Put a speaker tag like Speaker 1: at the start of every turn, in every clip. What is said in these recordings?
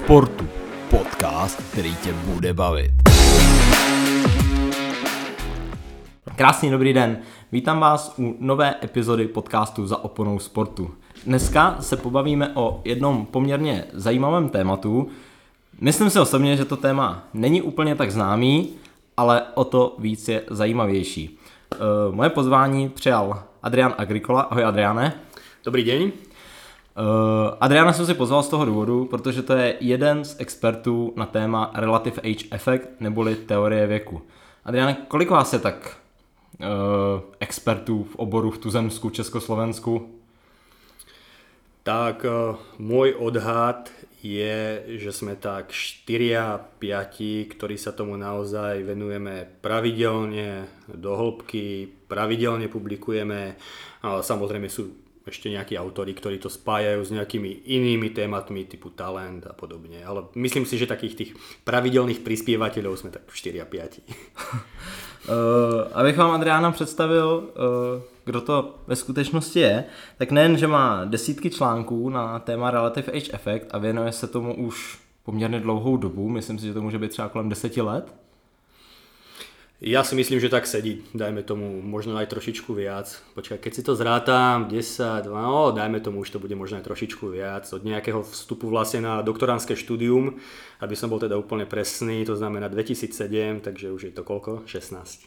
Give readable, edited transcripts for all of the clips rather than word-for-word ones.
Speaker 1: sportu. Podcast, který tě bude bavit. Krásný dobrý den. Vítám vás u nové epizody podcastu Za oponou sportu. Dneska se pobavíme o jednom poměrně zajímavém tématu. Myslím si osobně, že to téma není úplně tak známý, ale o to víc je zajímavější. Moje pozvání přijal Adrian Agricola. Ahoj Adriane.
Speaker 2: Dobrý deň.
Speaker 1: Adriana jsem si pozval z toho důvodu, protože to je jeden z expertů na téma Relative Age Effect, neboli teorie věku. Adriane, kolik vás je tak expertů v oboru v tuzemsku, Československu?
Speaker 2: Tak môj odhad je, že sme tak 4-5, ktorí sa tomu naozaj venujeme pravidelne, do hĺbky, pravidelne publikujeme. Samozrejme sú ešte nejakí autori, ktorí to spájajú s nejakými inými tématmi typu talent a podobne. Ale myslím si, že takých tých pravidelných prispievateľov sme tak 4-5.
Speaker 1: Abych vám Adriana představil, kdo to ve skutečnosti je, tak nejen, že má desítky článků na téma Relative Age Effect a věnuje se tomu už poměrně dlouhou dobu, myslím si, že to může být třeba kolem 10 let.
Speaker 2: Ja si myslím, že tak sedí, dajme tomu možno aj trošičku viac. Počkaj, keď si to zrátam, 10, dajme tomu, už to bude možno aj trošičku viac. Od nejakého vstupu vlastne na doktorantské štúdium, aby som bol teda úplne presný, to znamená 2007, takže už je to koľko? 16.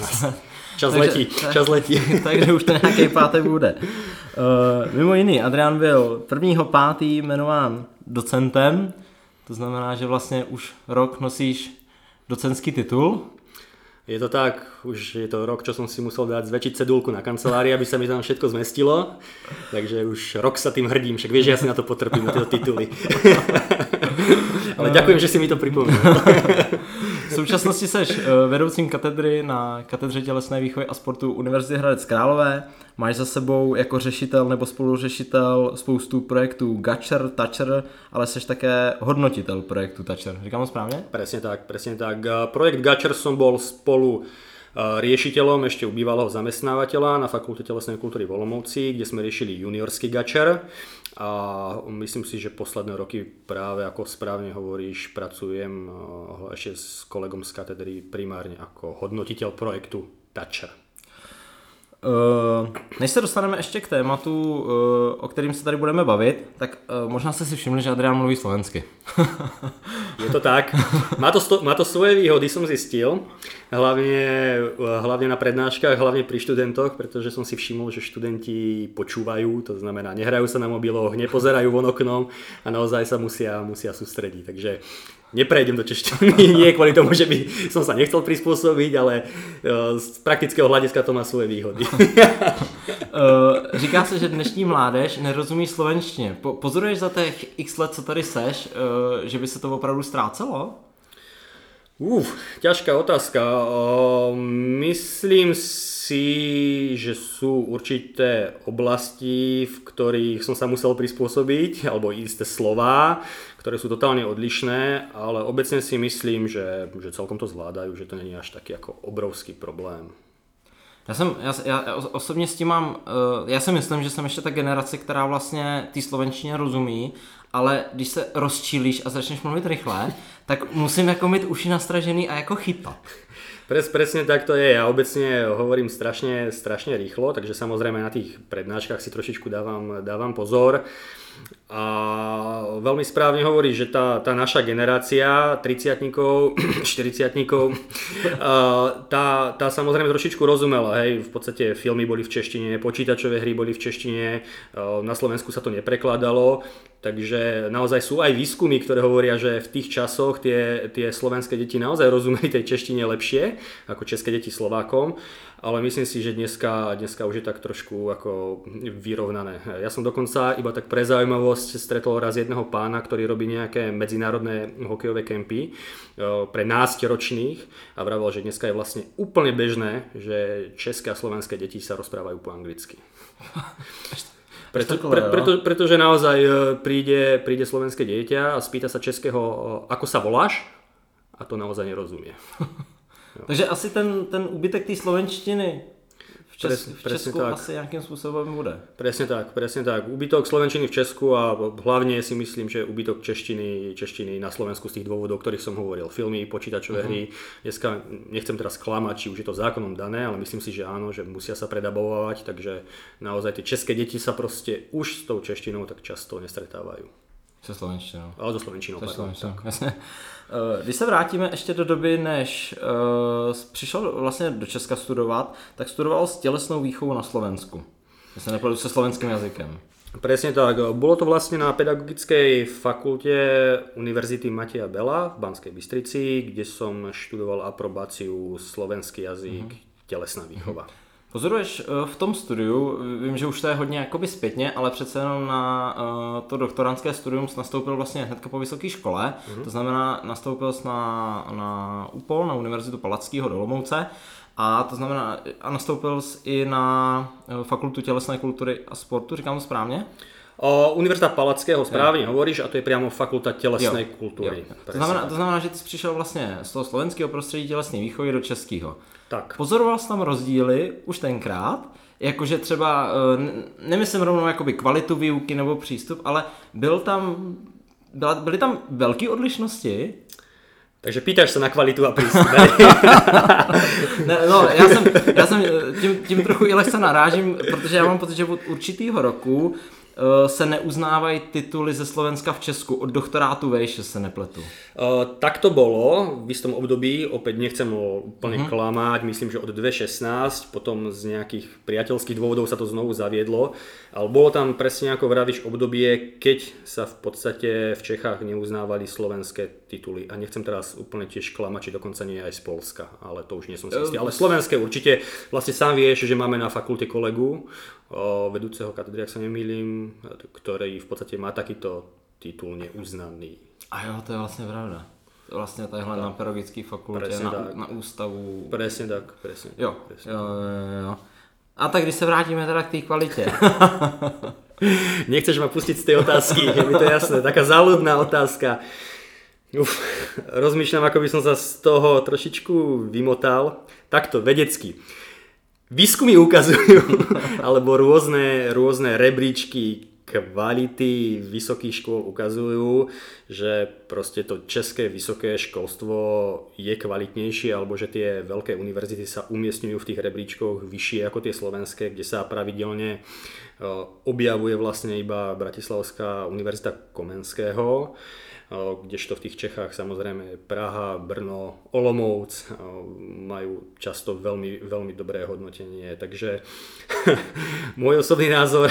Speaker 2: Čas letí.
Speaker 1: Takže už to nějaký pátek bude. Mimo jiný, Adrian byl 1.5. jmenován docentem, to znamená, že vlastně už rok nosíš docentský titul.
Speaker 2: Je to tak, už je to rok, čo som si musel dať zväčšiť cedulku na kancelárii, aby sa mi tam všetko zmestilo. Takže už rok sa tým hrdím, však vieš, že ja si na to potrpím, na tieto tituly. Ale ďakujem, že si mi to pripomínal.
Speaker 1: V současnosti seš vedoucím katedry na katedře tělesné výchovy a sportu Univerzity Hradec Králové. Máš za sebou jako řešitel nebo spoluřešitel spoustu projektů Gatcher, Toucher, ale seš také hodnotitel projektu Toucher. Říkám to správně?
Speaker 2: Presne tak. Projekt Gatcher som bol spolu riešiteľom ešte u bývalého zamestnávateľa na Fakulte telesnej kultúry v Olomouci, kde sme riešili juniorský Gatcher. A myslím si, že posledné roky práve, ako správne hovoríš, pracujem ešte s kolegom z katedry primárne ako hodnotiteľ projektu Toucher.
Speaker 1: Než se dostaneme ještě k tématu, o kterým se tady budeme bavit, tak možná jste si všimli, že Adrián mluví slovensky.
Speaker 2: Je to tak. Má to svoje výhody, som zistil. Hlavne na prednáškach, hlavne pri študentoch, pretože som si všimol, že študenti počúvajú, to znamená, nehrajú sa na mobiloch, nepozerajú von oknom a naozaj sa musia sústrediť. Takže neprejdem do češtiny, nie kvôli tomu, že by som sa nechcel prispôsobiť, ale z praktického hľadiska to má svoje výhody.
Speaker 1: Říká se, že dnešní mládež nerozumí slovenštině. Pozoruješ za těch x let, co tady seš, že by se to opravdu ztrácelo?
Speaker 2: Ťažká otázka. Myslím si, že sú určité oblasti, v ktorých som sa musel prispôsobiť, alebo isté slová, ktoré sú totálne odlišné, ale obecne si myslím, že celkom to zvládajú, že to není až taký ako obrovský problém.
Speaker 1: Já osobně s tím mám, já si myslím, že jsem ještě ta generace, která vlastně té slovenštině rozumí, ale když se rozčílíš a začneš mluvit rychle, tak musím jako mít uši nastražený a jako chytat.
Speaker 2: Presne tak to je. Ja obecne hovorím strašne rýchlo, takže samozrejme na tých prednáškach si trošičku dávam pozor. A veľmi správne hovorí, že tá naša generácia 30-tníkov, 40-tníkov, tá samozrejme trošičku rozumela. Hej. V podstate filmy boli v češtine, počítačové hry boli v češtine, na Slovensku sa to neprekladalo, takže naozaj sú aj výskumy, ktoré hovoria, že v tých časoch tie slovenské deti naozaj rozumeli tej češtine lepšie ako české deti Slovákom. Ale myslím si, že dneska už je tak trošku ako vyrovnané. Ja som dokonca iba tak pre zaujímavosť stretol raz jedného pána, ktorý robí nejaké medzinárodné hokejové kempy pre náctiročných a vravel, že dneska je vlastne úplne bežné, že české a slovenské deti sa rozprávajú po anglicky. Pretože naozaj príde slovenské dieťa a spýta sa českého, ako sa voláš? A to naozaj nerozumie.
Speaker 1: Takže asi ten úbytek té slovenštiny v v Česku tak. Asi nějakým způsobem bude.
Speaker 2: Presne tak. Úbytok slovenčiny v Česku a hlavne si myslím, že úbytok češtiny na Slovensku z tých dôvodov, o ktorých som hovoril. Filmy, počítačové hry. Dneska nechcem teraz klamať, či už je to zákonom dané, ale myslím si, že áno, že musia sa predabovať, takže naozaj tie české deti sa proste už s tou češtinou tak často nestretávajú.
Speaker 1: Se slovenštinou.
Speaker 2: Ale so slovenčinou,
Speaker 1: jasně. Když se vrátíme ještě do doby, než přišel vlastně do Česka studovat, tak studoval s tělesnou výchovou na Slovensku. Se nepletu se slovenským jazykem.
Speaker 2: Presne tak. Bolo to vlastne na pedagogickej fakulte Univerzity Mateja Bela v Banskej Bystrici, kde som študoval aprobáciu slovenský jazyk, telesná výchova.
Speaker 1: Pozoruješ v tom studiu, vím, že už to je hodně jakoby zpětně, ale přece jenom na to doktorantské studium jsi nastoupil vlastně hnedka po vysoké škole, to znamená nastoupil jsi na UPOL, na Univerzitu Palackého do Olomouce, a to znamená, a nastoupil jsi i na Fakultu tělesné kultury a sportu, říkám to správně?
Speaker 2: Univerzita Palackého správně hovoríš, a to je priamo Fakulta tělesné kultury.
Speaker 1: To znamená, že ty jsi přišel vlastně z toho slovenského prostředí tělesné výchovy do českého.
Speaker 2: Tak.
Speaker 1: Pozoroval jsi tam rozdíly už tenkrát, jakože třeba, nemyslím rovnou jakoby kvalitu výuky nebo přístup, ale byly tam velké odlišnosti?
Speaker 2: Takže pýtaš se na kvalitu a prístup.
Speaker 1: Já jsem tím trochu i lehce narážím, protože já mám pocit, že od určitýho roku se neuznávají tituly ze Slovenska v Česku, od doktorátu vejš, že se nepletu.
Speaker 2: Tak to bolo v istom období, opäť nechcem úplne klamať, myslím, že od 2016, potom z nejakých priateľských dôvodov sa to znovu zaviedlo, ale bolo tam presne ako vravíš obdobie, keď sa v podstate v Čechách neuznávali slovenské tituly. A nechcem teraz úplne tiež klamať, či dokonca nie aj z Polska, ale to už nie som si istý. Ale slovenské určite, vlastne sám vieš, že máme na fakulte kolegu, vedúceho katedry, ak sa nemýlim, ktorý v podstate má takýto titul neuznaný.
Speaker 1: A jo, to je vlastně pravda. Vlastně tadyhle na pedagogické fakultě, na ústavu.
Speaker 2: Presne tak.
Speaker 1: Jo. A tak když se vrátíme teda k té kvalitě.
Speaker 2: Nechceš ma pustiť z tej otázky, je mi to jasné. Taká záľudná otázka. Rozmýšľam, ako by som sa z toho trošičku vymotal. Takto, vedecky. Výskumy ukazujú, alebo rôzne rebríčky kvality vysokých škôl ukazujú, že proste to české vysoké školstvo je kvalitnejšie, alebo že tie veľké univerzity sa umiestňujú v tých rebríčkoch vyššie ako tie slovenské, kde sa pravidelne objavuje vlastne iba Bratislavská univerzita Komenského, kdežto v tých Čechách samozrejme Praha, Brno, Olomouc majú často veľmi, veľmi dobré hodnotenie, takže môj osobný názor,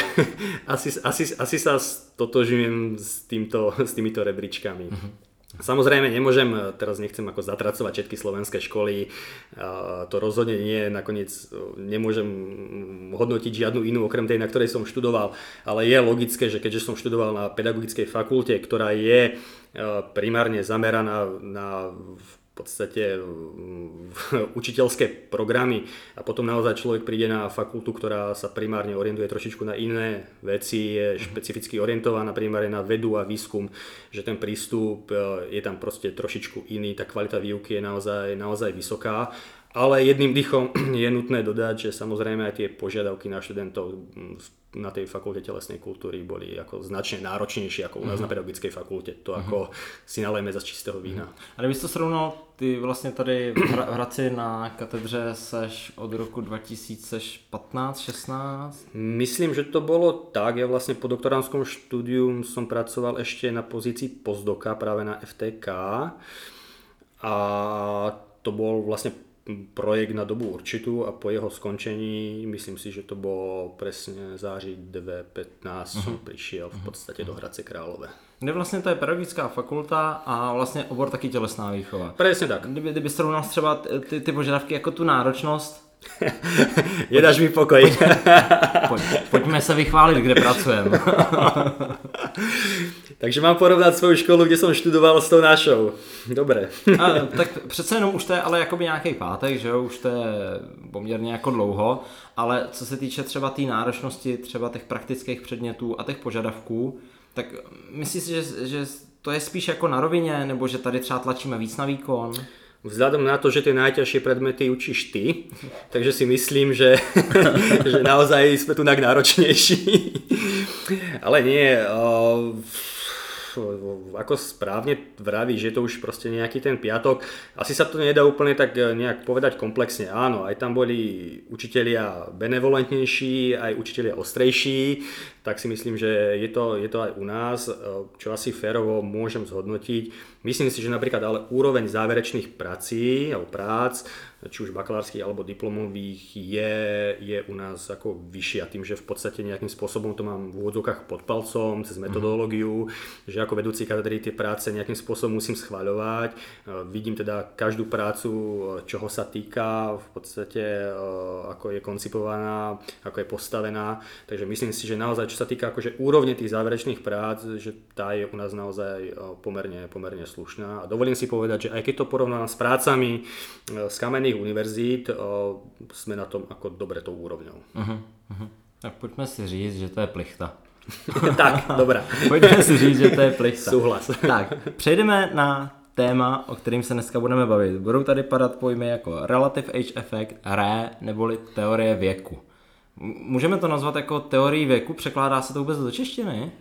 Speaker 2: asi sa stotožujem s týmito rebríčkami. Samozrejme teraz nechcem ako zatracovať všetky slovenské školy, to rozhodne nie, nakoniec nemôžem hodnotiť žiadnu inú okrem tej, na ktorej som študoval, ale je logické, že keďže som študoval na pedagogickej fakulte, ktorá je primárne zameraná na v podstate učiteľské programy a potom naozaj človek príde na fakultu, ktorá sa primárne orientuje trošičku na iné veci, je špecificky orientovaná primárne na vedu a výskum, že ten prístup je tam proste trošičku iný, tá kvalita výuky je naozaj vysoká. Ale jedným dychom je nutné dodať, že samozrejme aj tie požiadavky na študentov na tej fakulte telesnej kultúry boli ako značne náročnejšie ako u nás na pedagogickej fakulte. To ako si nalejeme za čistého vína.
Speaker 1: A kdybys to srovnal, ty vlastně tady v Hradci na katedře seš od roku 2015-16?
Speaker 2: Myslím, že to bolo tak. Ja vlastne po doktorandskom štúdiu som pracoval ešte na pozícii postdoka práve na FTK a to bol vlastne projekt na dobu určitú a po jeho skončení, myslím si, že to bolo presne září 2015, som prišiel v podstate do Hradce Králové.
Speaker 1: Kde vlastně to je pedagogická fakulta a vlastně obor taky tělesná výchova.
Speaker 2: Presne tak.
Speaker 1: Kdyby srovnal třeba ty požadavky jako tu náročnost,
Speaker 2: Nedáš mi pokoj.
Speaker 1: Pojďme se vychválit, kde pracujeme.
Speaker 2: Takže mám porovnat svou školu, kde jsem študoval, s tou našou. Dobré.
Speaker 1: Tak přece jenom už to je ale jakoby nějaký pátek, že jo, už to je poměrně jako dlouho, ale co se týče třeba té náročnosti, třeba těch praktických předmětů a těch požadavků, tak myslíš si, že to je spíš jako na rovině, nebo že tady třeba tlačíme víc na výkon?
Speaker 2: Vzhľadom na to, že tie najťažšie predmety učíš ty, takže si myslím, že naozaj sme tu náročnejší. Ale nie, ako správne vraví, že to už proste nejaký ten piatok. Asi sa to nedá úplne tak nejak povedať komplexne. Áno, aj tam boli učitelia benevolentnejší, aj učitelia ostrejší, tak si myslím, že je to aj u nás, čo asi férovo môžem zhodnotiť. Myslím si, že napríklad ale úroveň záverečných prací alebo prác, či už bakalárskych alebo diplomových, je u nás ako vyššia tým, že v podstate nejakým spôsobom to mám v úvodzovkách pod palcom, cez metodológiu, že ako vedúci katedry tie práce nejakým spôsobom musím schvaľovať. Vidím teda každú prácu, čoho sa týka, v podstate ako je koncipovaná, ako je postavená. Takže myslím si, že naozaj, čo sa týka akože úrovne tých záverečných prác, že tá je u nás naozaj pomerne slušná. A dovolím si povedať, že aj keď to porovnám s prácami z kamenných univerzít, sme na tom ako dobre tou úrovňou.
Speaker 1: Tak pojďme si říct, že to je plichta.
Speaker 2: Tak, dobrá.
Speaker 1: Pojďme si říct, že to je plichta.
Speaker 2: Souhlas.
Speaker 1: Tak, přejdeme na téma, o kterým se dneska budeme bavit. Budou tady padat pojmy jako relative age effect, RE, neboli teorie věku. Můžeme to nazvat jako teorii věku? Překládá se to vůbec do češtiny?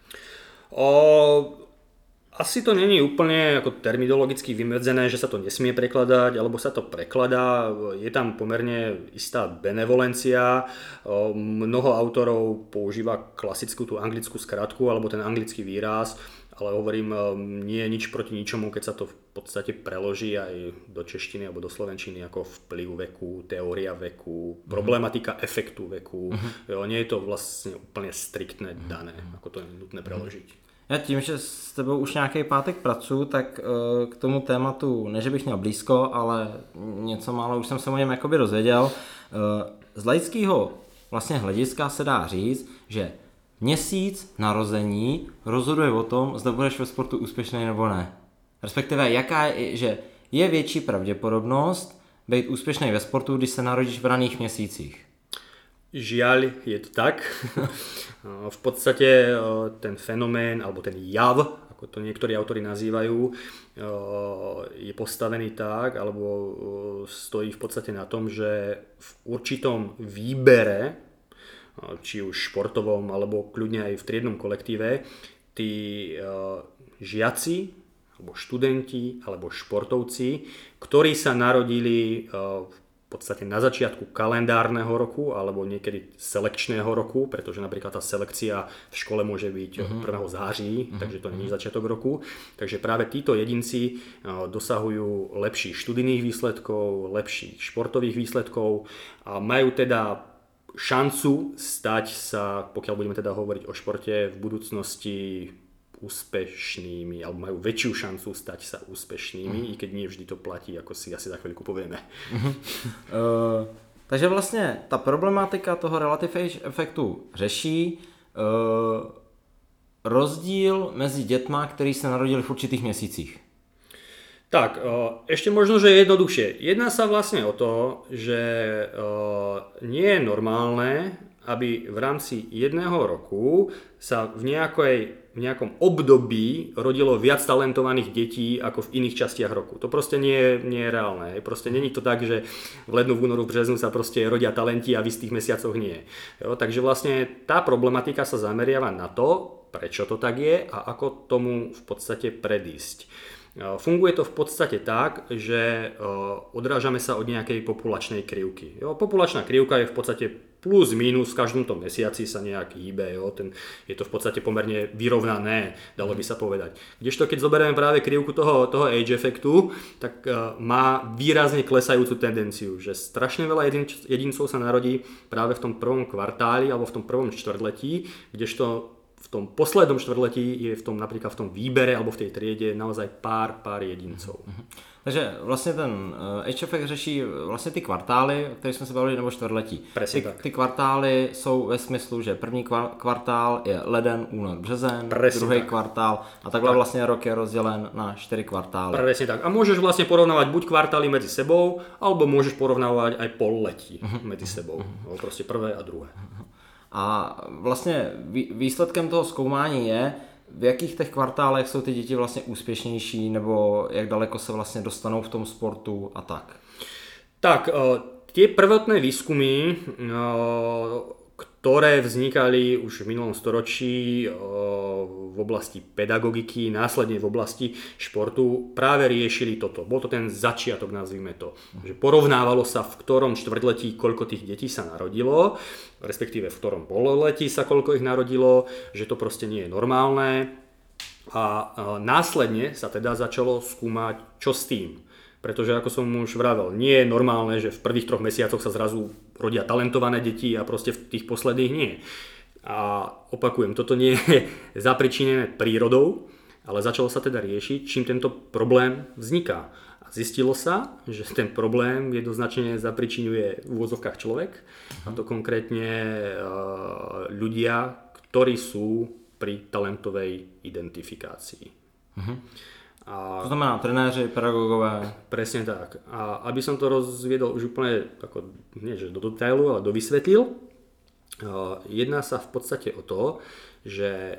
Speaker 2: Asi to není úplne ako terminologicky vymedzené, že sa to nesmie prekladať, alebo sa to prekladá. Je tam pomerne istá benevolencia. Mnoho autorov používa klasickú tú anglickú skratku alebo ten anglický výraz, ale hovorím, nie je nič proti ničomu, keď sa to v podstate preloží aj do češtiny alebo do slovenčiny ako vplyv veku, teória veku, problematika efektu veku. Nie je to vlastne úplne striktné dané, ako to je nutné preložiť.
Speaker 1: Já tím, že s tebou už nějaký pátek pracuji, tak k tomu tématu, ne že bych měl blízko, ale něco málo už jsem se o něm jakoby dozvěděl. Z laického vlastně hlediska se dá říct, že měsíc narození rozhoduje o tom, zda budeš ve sportu úspěšný nebo ne. Respektive že je větší pravděpodobnost být úspěšný ve sportu, když se narodíš v raných měsících.
Speaker 2: Žiaľ, je to tak. V podstate ten fenomén, alebo ten jav, ako to niektorí autori nazývajú, je postavený tak, alebo stojí v podstate na tom, že v určitom výbere, či už športovom, alebo kľudne aj v triednom kolektíve, tí žiaci, alebo študenti, alebo športovci, ktorí sa narodili v podstate na začiatku kalendárneho roku alebo niekedy selekčného roku, pretože napríklad tá selekcia v škole môže byť 1. září, takže to nie je začiatok roku. Takže práve títo jedinci dosahujú lepších študijných výsledkov, lepších športových výsledkov a majú teda šancu stať sa, pokiaľ budeme teda hovoriť o športe v budúcnosti, úspešnými, alebo majú väčšiu šancu stať sa úspešnými, i keď nie vždy to platí, ako si asi za chvíľku povieme.
Speaker 1: Takže vlastně ta problematika toho relative age efektu řeší rozdíl mezi dětma, který se narodili v určitých měsících.
Speaker 2: Tak, ešte možno, že je jednoduchšie. Jedná sa vlastne o to, že nie je normálne, aby v rámci jedného roku sa v nejakom období rodilo viac talentovaných detí ako v iných častiach roku. To proste nie je reálne. Proste není to tak, že v lednu, v únoru, v březnu sa proste rodia talenti a v istých mesiacoch nie. Jo, takže vlastne tá problematika sa zameriava na to, prečo to tak je a ako tomu v podstate predísť. Funguje to v podstate tak, že odrážame sa od nejakej populačnej krivky. Jo, populačná krivka je v podstate plus minus v každom tom mesiaci sa nejak hýbe. Jo, je to v podstate pomerne vyrovnané, dalo by sa povedať. Kdežto keď zoberieme práve krivku toho age efektu, tak má výrazne klesajúcu tendenciu, že strašne veľa jedincov sa narodí práve v tom prvom kvartáli alebo v tom prvom štvrtletí, kdežto v tom poslednom štvrtletí je v tom napríklad v tom výbere alebo v tej triede naozaj pár jedincov.
Speaker 1: Takže vlastně ten age effect řeší vlastně ty kvartály, o kterých jsme se bavili, nebo čtvrtletí. Ty kvartály jsou ve smyslu, že první kvartál je leden, únor, březen, druhý kvartál a takhle vlastně rok je rozdělen na 4 kvartály.
Speaker 2: Presne tak. A môžeš vlastne porovnávať buď kvartály medzi sebou, alebo môžeš porovnávať aj polletí medzi sebou. Proste prvé a druhé.
Speaker 1: A vlastně výsledkem toho zkoumání je, v jakých těch kvartálech jsou ty děti vlastně úspěšnější, nebo jak daleko se vlastně dostanou v tom sportu a tak?
Speaker 2: Tak, tie prvotné výskumy, ktoré vznikali už v minulom storočí v oblasti pedagogiky, následne v oblasti športu, práve riešili toto. Bol to ten začiatok, nazvime to. Že porovnávalo sa, v ktorom štvrtletí koľko tých detí sa narodilo, respektíve v ktorom pololetí sa koľko ich narodilo, že to proste nie je normálne. A následne sa teda začalo skúmať, čo s tým. Pretože, ako som už vravel, nie je normálne, že v prvých 3 mesiacoch sa zrazu rodia talentované deti a proste v tých posledných nie. A opakujem, toto nie je zapričinené prírodou, ale začalo sa teda riešiť, čím tento problém vzniká. A zistilo sa, že ten problém jednoznačne zapričinuje v úvodzovkách človek, a to konkrétne ľudia, ktorí sú pri talentovej identifikácii.
Speaker 1: To znamená trenéři, pedagogové.
Speaker 2: Presne tak. A aby som to rozviedol už úplne ako, nie že do detailu, ale dovysvetlil, jedná sa v podstate o to, že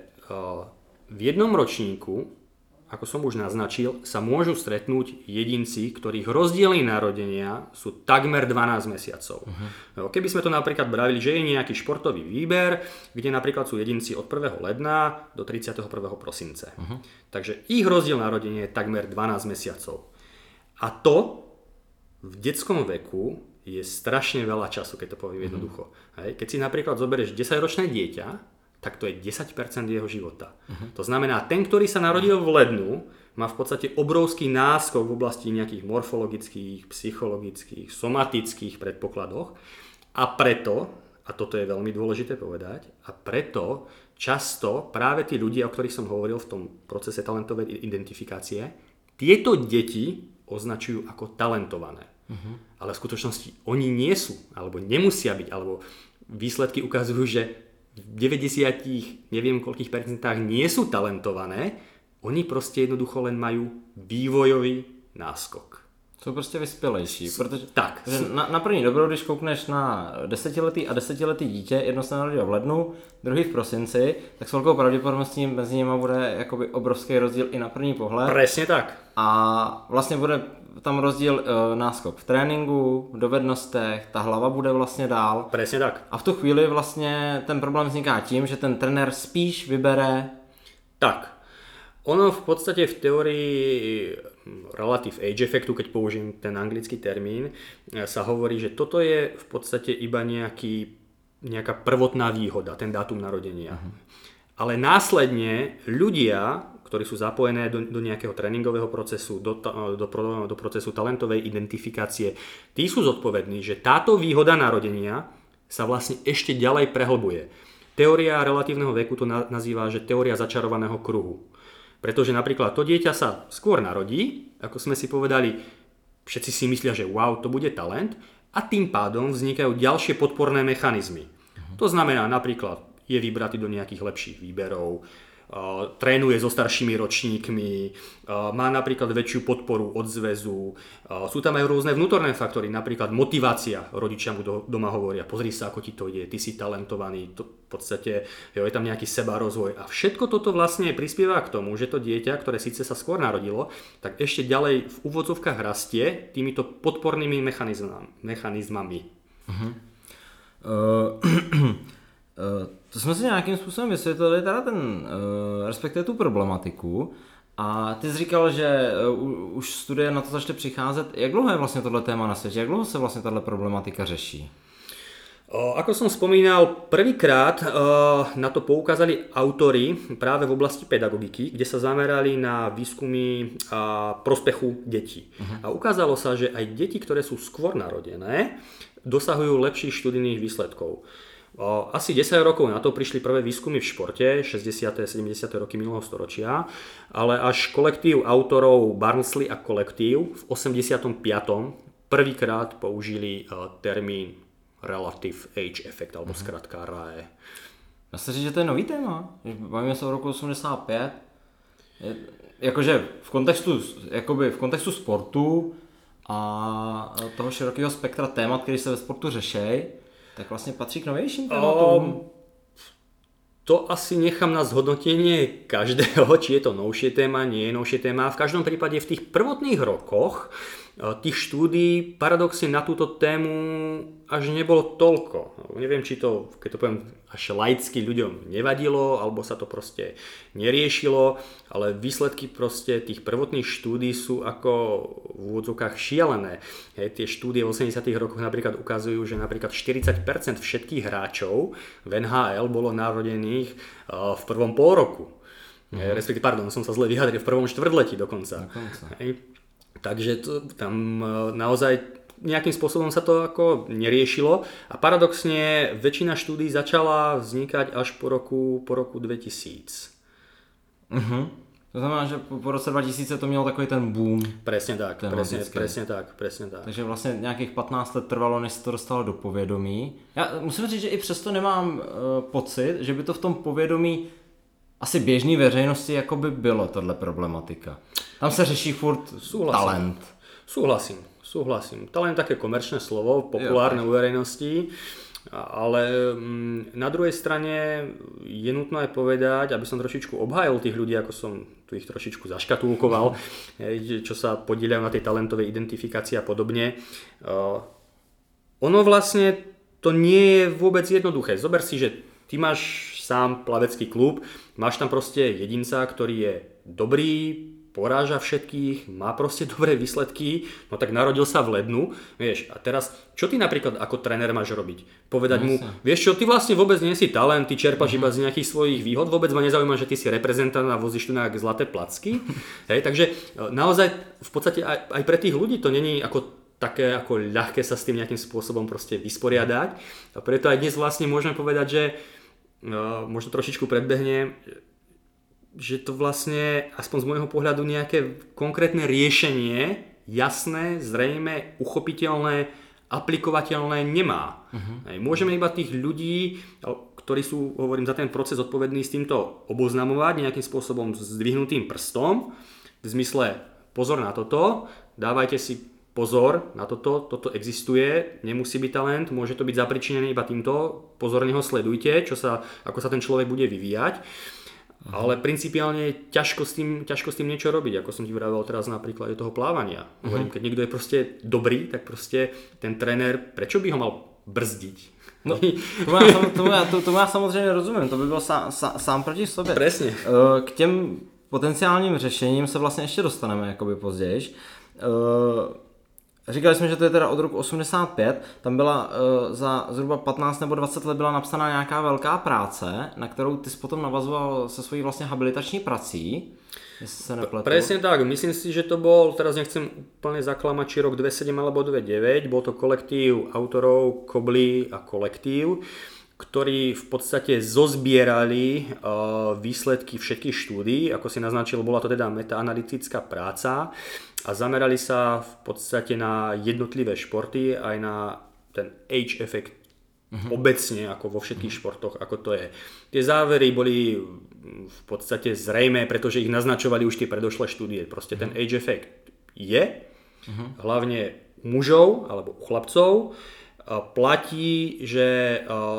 Speaker 2: v jednom ročníku, ako som už naznačil, sa môžu stretnúť jedinci, ktorých rozdiely narodenia sú takmer 12 mesiacov. Keby sme to napríklad bravili, že je nejaký športový výber, kde napríklad sú jedinci od 1. ledna do 31. prosince. Takže ich rozdiel narodenia je takmer 12 mesiacov. A to v detskom veku je strašne veľa času, keď to poviem jednoducho. Keď si napríklad zoberieš 10-ročné dieťa, tak to je 10% jeho života. To znamená, ten, ktorý sa narodil v lednu, má v podstate obrovský náskok v oblasti nejakých morfologických, psychologických, somatických predpokladoch a preto, a toto je veľmi dôležité povedať, a preto často práve tí ľudia, o ktorých som hovoril v tom procese talentovej identifikácie, tieto deti označujú ako talentované. Ale v skutočnosti oni nie sú, alebo nemusia byť, alebo výsledky ukazujú, že v 90 neviem koľkých percentách nie sú talentované, oni proste jednoducho len majú vývojový náskok.
Speaker 1: Jsou prostě vyspělejší, protože
Speaker 2: tak.
Speaker 1: Na první dobrou, když koukneš na 10letý a 10letý dítě, jedno se narodilo v lednu, druhý v prosinci, tak s velkou pravděpodobností mezi nimi bude jakoby obrovský rozdíl i na první pohled.
Speaker 2: Presne tak.
Speaker 1: A vlastně bude tam rozdíl náskok v tréninku, v dovednostech, ta hlava bude vlastně dál.
Speaker 2: Presne tak.
Speaker 1: A v tu chvíli vlastně ten problém vzniká tím, že ten trenér spíš vybere.
Speaker 2: Tak. Ono v podstate v teórii relative age effectu, keď použijem ten anglický termín, sa hovorí, že toto je v podstate iba nejaká prvotná výhoda, ten dátum narodenia. Ale následne ľudia, ktorí sú zapojené do nejakého tréningového procesu, do procesu talentovej identifikácie, tí sú zodpovední, že táto výhoda narodenia sa vlastne ešte ďalej prehlbuje. Teória relatívneho veku to nazýva, že teória začarovaného kruhu. Pretože napríklad to dieťa sa skôr narodí, ako sme si povedali, všetci si myslia, že wow, to bude talent a tým pádom vznikajú ďalšie podporné mechanizmy. To znamená napríklad je vybratý do nejakých lepších výberov, trénuje so staršími ročníkmi, má napríklad väčšiu podporu od zväzu, sú tam aj rôzne vnútorné faktory, napríklad motivácia. Rodičia mu doma hovoria, pozri sa, ako ti to ide, ty si talentovaný, to v podstate je tam nejaký sebarozvoj a všetko toto vlastne prispieva k tomu, že to dieťa, ktoré síce sa skôr narodilo, tak ešte ďalej v úvodzovkách rastie týmito podpornými mechanizmami.
Speaker 1: To jsme si nějakým způsobem vysvětlili teda respektive tu problematiku a ty jsi říkal, že už studie na to začaly přicházet. Jak dlouho je vlastně tohle téma na světě? Jak dlouho se vlastně tato problematika řeší?
Speaker 2: Ako som spomínal, prvýkrát na to poukázali autori práve v oblasti pedagogiky, kde sa zamerali na výskumy prospechu detí. A ukázalo sa, že aj deti, ktoré sú skôr narodené, dosahujú lepších študijných výsledkov. Asi 10 rokov na to prišli prvé výskumy v športe, 60. 70. roky minulého storočia, ale až kolektív autorov Barnsley a kolektív v 85. prvýkrát použili termín Relative Age Effect, alebo zkrátka RAE.
Speaker 1: Dá se říct, že to je nový téma? Bavíme se o roku 85. Jakože v kontextu sportu a toho širokého spektra témat, který se ve sportu řeší, tak vlastně patří k novějším tématům.
Speaker 2: To asi nechám na zhodnotenie každého, či je to novšie téma, nie je novšie téma. V každom prípade v tých prvotných rokoch tých štúdií paradoxne na túto tému až nebolo toľko. Neviem, či to, keď to poviem až laicky, ľuďom nevadilo, alebo sa to proste neriešilo, ale výsledky proste tých prvotných štúdií sú ako v úvodzovkách šialené. Tie štúdie v 80. rokoch napríklad ukazujú, že napríklad 40% všetkých hráčov v NHL bolo narodených v prvom pol roku. Respektíve, som sa zle vyjadril, v prvom štvrtletí dokonca. Takže tam naozaj nejakým spôsobom sa to ako neriešilo a paradoxne väčšina štúdií začala vznikať až po roku 2000.
Speaker 1: To znamená, že po roce 2000 to mělo takový ten boom.
Speaker 2: Presne tak, presne tak.
Speaker 1: Takže vlastně nějakých 15 let trvalo, než se to dostalo do povědomí. Já musím říct, že i přesto nemám pocit, že by to v tom povědomí asi běžný veřejnosti jako by bylo tohle problematika. Tam se řeší furt talent.
Speaker 2: Súhlasím. Talent je také komerčné slovo, populárne u verejnosti, ale na druhej strane je nutné povedať, aby som trošičku obhájil tých ľudí, ako som tu ich trošičku zaškatulkoval, čo sa podieľajú na tej talentovej identifikácii a podobne. Ono vlastne to nie je vôbec jednoduché. Zober si, že ty máš sám plavecký klub, máš tam proste jedinca, ktorý je dobrý, poráža všetkých, má proste dobré výsledky, no tak narodil sa v lednu, vieš, a teraz, čo ty napríklad ako tréner máš robiť? Povedať mu, vieš čo, ty vlastne vôbec nie si talent, ty čerpaš iba z nejakých svojich výhod, vôbec ma nezaujíma, že ty si reprezentant a vozíš tu nejaké zlaté placky, hej, takže naozaj v podstate aj pre tých ľudí to není ako také ako ľahké sa s tým nejakým spôsobom proste vysporiadať a preto aj dnes vlastne môžeme povedať, že možno trošičku predbehnem, že to vlastne, aspoň z môjho pohľadu, nejaké konkrétne riešenie, jasné, zrejme, uchopiteľné, aplikovateľné nemá. Môžeme iba tých ľudí, ktorí sú, hovorím, za ten proces odpovední, s týmto oboznamovať nejakým spôsobom zdvihnutým prstom, v zmysle pozor na toto, dávajte si pozor na toto existuje, nemusí byť talent, môže to byť zapričinené iba týmto, pozorne ho sledujte, ako sa ten človek bude vyvíjať. Ale principiálne ťažko s tým niečo robiť, ako som ti vravel teraz na príklade toho plávania. Hovorím, keď niekto je proste dobrý, tak proste ten tréner, prečo by ho mal brzdiť?
Speaker 1: No, tomu já samozřejmě rozumím, to by bylo sám proti sobě.
Speaker 2: Presne.
Speaker 1: K těm potenciálním řešením se vlastně ještě dostaneme jakoby později. Říkali jsme, že to je teda od roku 85, tam byla za zhruba 15 nebo 20 let byla napsaná nějaká velká práce, na kterou ty jsi potom navazoval se svojí vlastně habilitační prací, jestli se nepletu.
Speaker 2: Presne tak, myslím si, že to bol, teraz nechcem úplne zaklamať, či rok 2007 alebo 2009, bol to kolektív autorov Kobly a kolektív, ktorí v podstate zozbierali výsledky všetkých štúdií, ako si naznačil, bola to teda metaanalytická práca a zamerali sa v podstate na jednotlivé športy, aj na ten age effect obecne, ako vo všetkých športoch, ako to je. Tie závery boli v podstate zrejmé, pretože ich naznačovali už tie predošlé štúdie. Proste ten age effect je, hlavne u mužov alebo u chlapcov, platí, že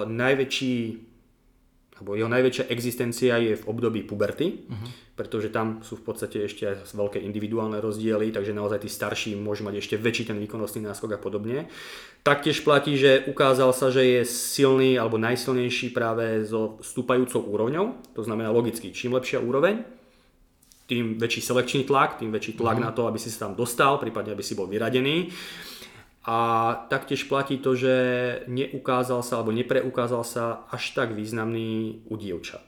Speaker 2: jeho najväčšia existencia je v období puberty, pretože tam sú v podstate ešte aj veľké individuálne rozdiely, takže naozaj tí starší môžu mať ešte väčší ten výkonnostný náskok a podobne. Taktiež platí, že ukázal sa, že je silný alebo najsilnejší práve so stúpajúcou úrovňou, to znamená logicky, čím lepšia úroveň, tým väčší selekčný tlak, tým väčší tlak na to, aby si sa tam dostal, prípadne aby si bol vyradený. A taktiež platí to, že neukázal sa alebo nepreukázal sa až tak významný u dievčat.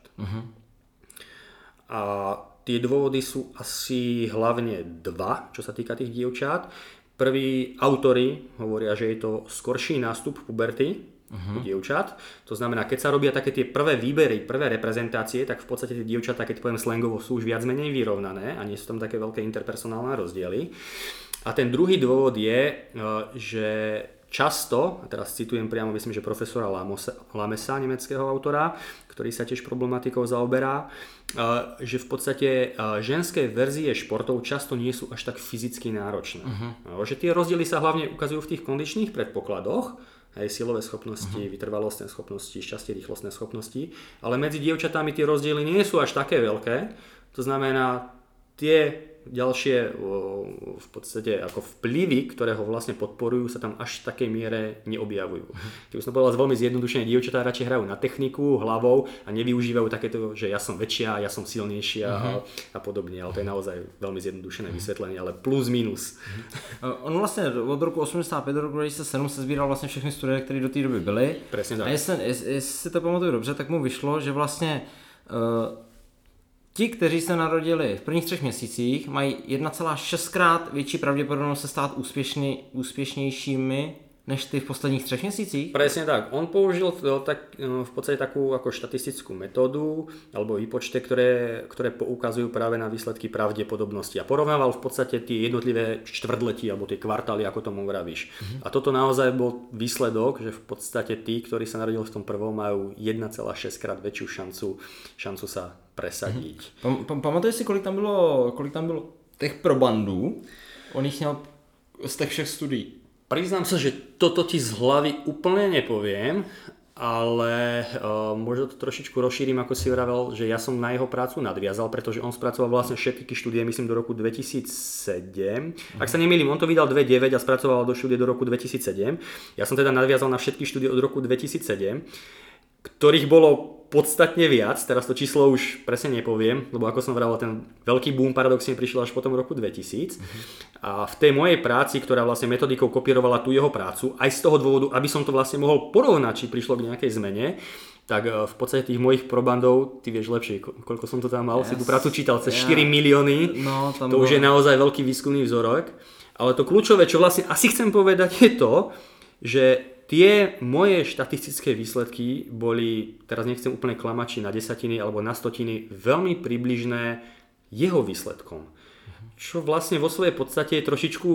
Speaker 2: A tie dôvody sú asi hlavne dva, čo sa týka tých dievčat. Prví autori hovoria, že je to skorší nástup puberty u dievčat. To znamená, keď sa robia také tie prvé výbery, prvé reprezentácie, tak v podstate tie dievčatá, keď poviem slangovo, sú už viac menej vyrovnané a nie sú tam také veľké interpersonálne rozdiely. A ten druhý dôvod je, že často, a teraz citujem priamo, myslím, že profesora Lamesa, nemeckého autora, ktorý sa tiež problematikou zaoberá, že v podstate ženské verzie športov často nie sú až tak fyzicky náročné. Že tie rozdiely sa hlavne ukazujú v tých kondičných predpokladoch, aj silové schopnosti, vytrvalostné schopnosti, šťastie, rýchlostné schopnosti, ale medzi dievčatami tie rozdiely nie sú až také veľké. To znamená, tie ďalšie v podstate ako vplyvy, ktoré ho vlastne podporujú, sa tam až v takej miere neobjavujú. Keď už som povedal, veľmi zjednodušene, dievčatá radšej hrajú na techniku, hlavou a nevyužívajú takéto, že ja som väčšia, ja som silnejšia a podobne, ale to je naozaj veľmi zjednodušené vysvetlenie, ale plus minus.
Speaker 1: On vlastně od roku 85 do roku 2007 se sbíral vlastně všechny studie, které do té doby byly.
Speaker 2: Presne tak.
Speaker 1: A jestli si to pamatuju dobře, tak mu vyšlo, že vlastně ti, kteří se narodili v prvních 3 měsících, mají 1,6krát větší pravděpodobnost se stát úspěšnějšími než ty v posledních 3 měsících?
Speaker 2: Presne tak. On použil v podstate takú ako štatistickú metódu alebo výpočte, ktoré poukazujú práve na výsledky pravdepodobnosti a porovnával v podstate tie jednotlivé štvrtletí alebo tie kvartály, ako tomu vravíš. A toto naozaj bol výsledok, že v podstate tí, ktorí sa narodili v tom prvom, majú 1,6 krát väčšiu šancu sa presadiť.
Speaker 1: Pamatuješ si, kolik tam bylo těch probandů? On jich měl z těch všech studií.
Speaker 2: Priznám sa, že toto ti z hlavy úplne nepoviem, ale možno to trošičku rozšírim, ako si vravel, že ja som na jeho prácu nadviazal, pretože on spracoval vlastne všetky štúdie, myslím, do roku 2007. Ak sa nemýlim, on to vydal 2009 a spracoval do štúdie do roku 2007. Ja som teda nadviazal na všetky štúdie od roku 2007, ktorých bolo podstatne viac, teraz to číslo už presne nepoviem, lebo ako som vravel, ten veľký boom paradoxne prišiel až potom v roku 2000. A v tej mojej práci, ktorá vlastne metodikou kopírovala tú jeho prácu, aj z toho dôvodu, aby som to vlastne mohol porovnať, či prišlo k nejakej zmene, tak v podstate tých mojich probandov, ty vieš lepšie, koľko som to tam mal, si tú prácu čítal, cez 4 milióny, to už je naozaj veľký výskumný vzorok. Ale to kľúčové, čo vlastne asi chcem povedať, je to, že tie moje štatistické výsledky boli, teraz nechcem úplne klamať, či na desatiny alebo na stotiny, veľmi približné jeho výsledkom. Čo vlastne vo svojej podstate je trošičku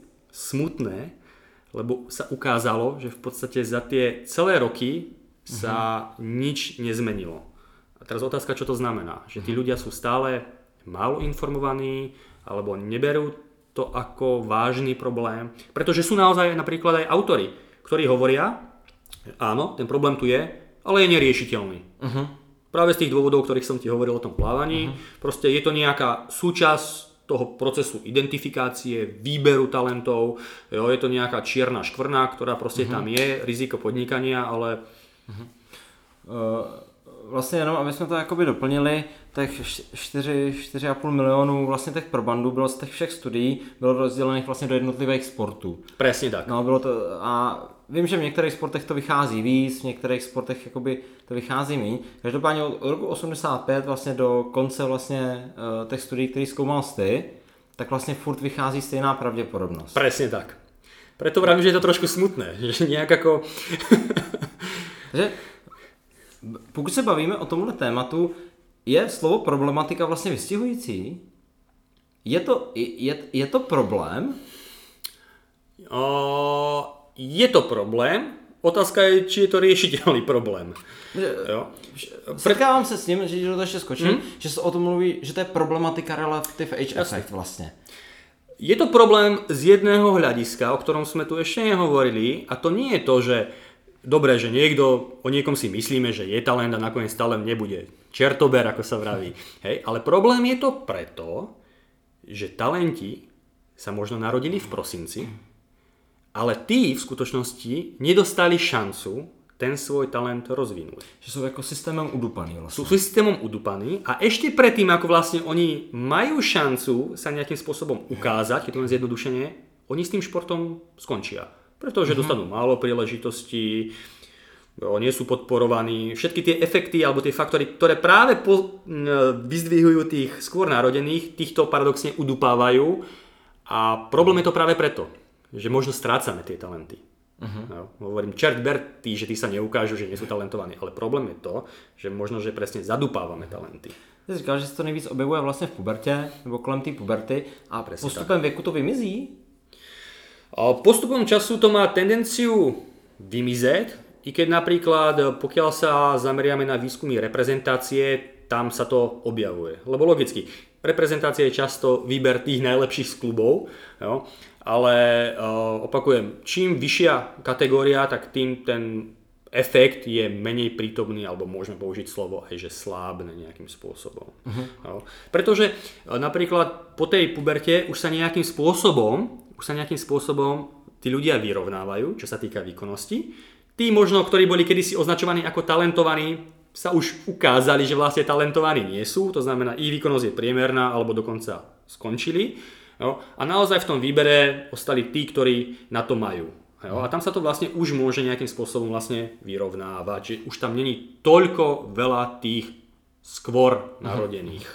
Speaker 2: smutné, lebo sa ukázalo, že v podstate za tie celé roky sa nič nezmenilo. A teraz otázka, čo to znamená? Že tí ľudia sú stále málo informovaní alebo neberú to ako vážny problém, pretože sú naozaj napríklad aj autori, ktorí hovoria, áno, ten problém tu je, ale je neriešiteľný. Práve z tých dôvodov, o ktorých som ti hovoril o tom plávaní, proste je to nejaká súčasť toho procesu identifikácie, výberu talentov, jo, je to nejaká čierna škvrna, ktorá proste tam je, riziko podnikania, ale...
Speaker 1: Vlastně jenom, aby jsme to jakoby doplnili, těch 4,5 milionů vlastně těch probandů bylo z těch všech studií, bylo rozdělených vlastně do jednotlivých sportů.
Speaker 2: Presne tak.
Speaker 1: No, bylo to, a vím, že v některých sportech to vychází víc, v některých sportech jakoby to vychází méně. Každopádně od roku 85 vlastně do konce vlastně těch studií, který zkoumal ty, tak vlastně furt vychází stejná pravděpodobnost.
Speaker 2: Presne tak. Preto vravím, že je to trošku smutné, že nejak ako...
Speaker 1: že pokud se bavíme o tomhle tématu, je slovo problematika vlastně vystihující? Je to problém?
Speaker 2: Je to problém. Otázka je, či je to riešiteľný problém. Jo.
Speaker 1: Setkávám se s tím, že to ještě skočím, že se o tom mluví, že to je problematika relative age effect vlastně.
Speaker 2: Je to problém z jedného hľadiska, o ktorom sme tu ešte nehovorili, a to nie je to, že dobre, že o niekom si myslíme, že je talent a nakoniec talent nebude. Čertober, ako sa vraví. Hej? Ale problém je to preto, že talenti sa možno narodili v prosinci, ale tí v skutočnosti nedostali šancu ten svoj talent rozvinúť.
Speaker 1: Že sú ako systémom udupaní vlastne.
Speaker 2: Sú systémom udupaní a ešte predtým, ako vlastne oni majú šancu sa nejakým spôsobom ukázať, keď to len zjednodušenie, oni s tým športom skončia. Pretože dostanú málo príležitostí, nie sú podporovaní. Všetky tie efekty alebo tie faktory, ktoré práve vyzdvihujú tých skôr narodených, týchto paradoxne udupávajú. A problém je to práve preto, že možno strácame tie talenty. No, hovorím, čert ber tí, že tí sa neukážu, že nie sú talentovaní. Ale problém je to, že možno, že presne zadupávame talenty.
Speaker 1: Ty říkal, že se to nejvíc objevuje vlastně v pubertě, nebo kolem té puberty a presne postupem tak. Věku to vymizí?
Speaker 2: Postupom času to má tendenciu vymizieť, i keď napríklad, pokiaľ sa zameriame na výskumy reprezentácie, tam sa to objavuje. Lebo logicky, reprezentácia je často výber tých najlepších z klubov, jo? Ale opakujem, čím vyššia kategória, tak tým ten efekt je menej prítomný, alebo môžeme použiť slovo aj, že slábne nejakým spôsobom. Jo? Pretože napríklad po tej puberte už sa nejakým spôsobom tí ľudia vyrovnávajú, čo sa týka výkonnosti. Tí možno, ktorí boli kedysi označovaní ako talentovaní, sa už ukázali, že vlastne talentovaní nie sú, to znamená, ich výkonnosť je priemerná alebo dokonca skončili. Jo? A naozaj v tom výbere ostali tí, ktorí na to majú. Jo? A tam sa to vlastne už môže nejakým spôsobom vlastne vyrovnávať, že už tam není toľko veľa tých skôr narodených.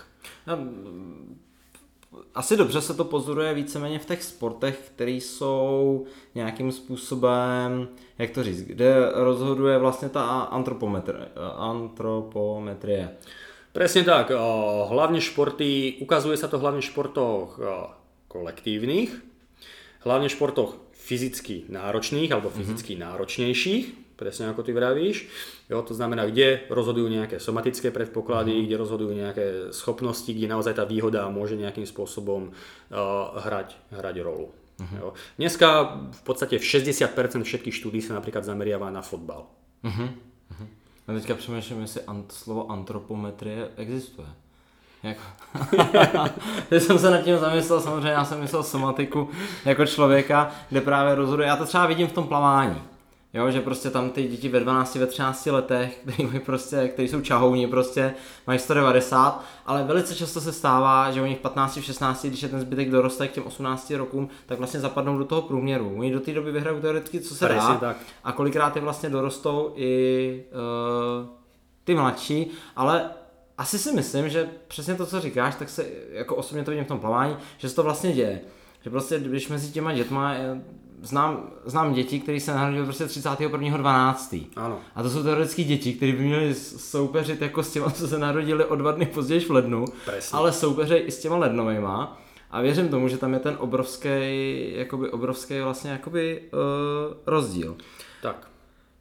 Speaker 1: Asi dobře se to pozoruje víceméně v těch sportech, které jsou nějakým způsobem, jak to říct, kde rozhoduje vlastně ta antropometrie.
Speaker 2: Presne tak, hlavne športy, ukazuje sa to hlavne v športoch kolektívnych, hlavne v športoch fyzicky náročných alebo fyzicky náročnejších, presne ako ty vravíš. Jo, to znamená, kde rozhodujú nejaké somatické predpoklady, kde rozhodujú nejaké schopnosti, kde naozaj tá výhoda môže nejakým spôsobom hrať rolu. Jo. Dneska v podstate 60% všetkých štúdií sa napríklad zameriava na fotbal.
Speaker 1: A teďka přemýšlím, jestli slovo antropometrie existuje. Jako... Když jsem se nad tím zamyslel, samozřejmě já jsem myslel somatiku jako člověka, kde právě rozhoduje, já to třeba vidím v tom plavání. Jo, že prostě tam ty děti ve 12, ve 13 letech, který jsou čahouni, prostě mají 190, ale velice často se stává, že oni v 15, v 16, když je ten zbytek doroste k těm 18 rokům, tak vlastně zapadnou do toho průměru. Oni do té doby vyhrajou teoreticky, co se dá, tak. A kolikrát je vlastně dorostou i ty mladší, ale asi si myslím, že přesně to, co říkáš, tak se, jako osobně to vidím v tom plavání, že se to vlastně děje. Že prostě, když mezi těma dětma znám děti, které se narodily prostě 31.12.
Speaker 2: Ano.
Speaker 1: A to jsou teoretické děti, které by měly soupeřit jako s těma, co se narodili o 2 dny později v lednu, presne. Ale soupeřejí i s těma lednovejma. A věřím tomu, že tam je ten obrovský vlastně rozdíl.
Speaker 2: Tak.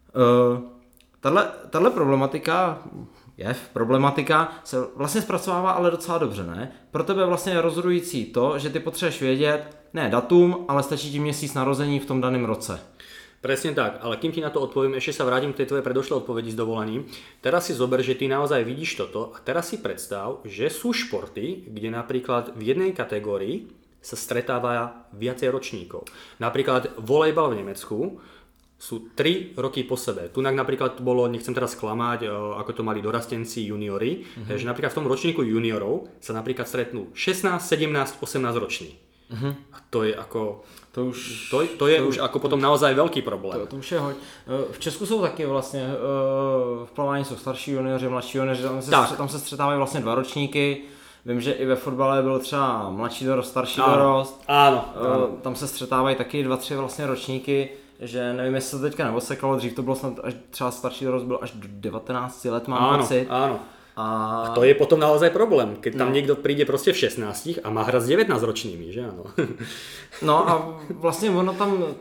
Speaker 1: Tahle problematika se vlastně zpracovává ale docela dobře, ne? Pro tebe vlastně je rozhodující to, že ty potřebuješ vědět, ne datum, ale stačí ti měsíc narození v tom daném roce.
Speaker 2: Presne tak, ale kým ti na to odpoviem, ešte sa vrátim k tej tvojej predošlej odpovedi s dovolením. Teraz si zober, že ty naozaj vidíš toto a teraz si predstav, že sú športy, kde napríklad v jednej kategórii sa stretáva viacej ročníkov. Napríklad volejbal v Nemecku sú 3 roky po sebe. Tunak napríklad bolo, nechcem teraz sklamať, ako to mali dorastenci juniori, že napríklad v tom ročníku juniorov sa napríklad stretnú 16, 17, 18 roční. A to je ako... To je už ako potom naozaj veľký problém.
Speaker 1: To už je hoď. V Česku jsou taky vlastně, v plavání jsou starší junioři, mladší junioři, tam se střetávají vlastně 2 ročníky. Vím, že i ve fotbale byl třeba mladší dorost, starší dorost.
Speaker 2: Áno.
Speaker 1: Tam se střetávají taky 2-3 vlastně ročníky, že nevím, jestli se to teďka neosekalo, dřív to bylo snad až třeba starší dorost byl až do 19 let, mám pocit.
Speaker 2: Áno. A to je potom naozaj problém, keď tam niekto príde proste v 16 a má hrať s 19 ročnými, že áno?
Speaker 1: No a vlastně ono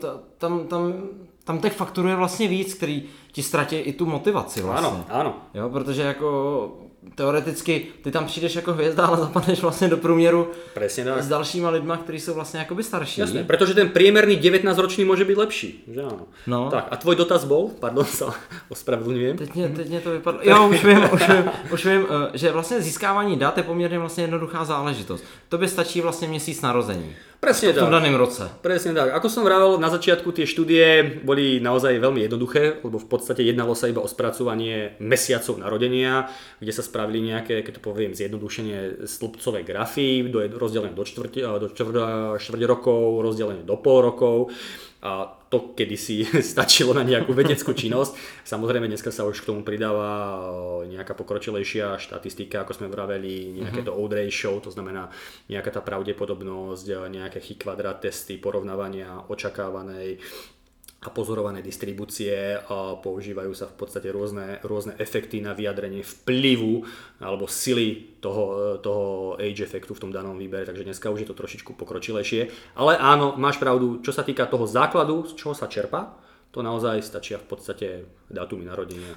Speaker 1: tam těch faktorů je vlastně víc, který ti ztratí i tu motivaci vlastně.
Speaker 2: Áno.
Speaker 1: Jo, protože jako teoreticky ty tam přijdeš jako hvězda, ale zapadneš vlastně do průměru s dalšíma lidma, kteří jsou vlastně jakoby starší.
Speaker 2: Jasné, pretože ten priemerný 19-ročný môže byť lepší, že áno.
Speaker 1: No.
Speaker 2: Tak, a tvoj dotaz bol? Pardon, sa ospravedlňujem.
Speaker 1: Teď mě to vypadlo. Jo, už vím, že vlastně získávání dat je poměrně vlastně jednoduchá záležitost. Tobě stačí vlastně měsíc narození.
Speaker 2: Presne tak.
Speaker 1: V tom daném roce.
Speaker 2: Presne tak. Ako som vravel, na začiatku tie štúdie boli naozaj veľmi jednoduché, lebo v podstate jednalo sa iba o spracovanie mesiacov narodenia, kde sa spravili nejaké, keď to poviem, zjednodušenie stĺpcové grafy, rozdelené do štvrť rokov, rozdelené do pol rokov. A to kedysi stačilo na nejakú vedeckú činnosť. Samozrejme dneska sa už k tomu pridáva nejaká pokročilejšia štatistika, ako sme vraveli, nejaké to odd ratio, to znamená nejaká tá pravdepodobnosť, nejaké Chi-kvadrát testy, porovnávania očakávanej a pozorované distribúcie, používajú sa v podstate rôzne efekty na vyjadrenie vplyvu alebo sily toho age efektu v tom danom výbere, takže dneska už je to trošičku pokročilejšie. Ale áno, máš pravdu, čo sa týka toho základu, z čoho sa čerpa, to naozaj stačia v podstate dátumy narodenia.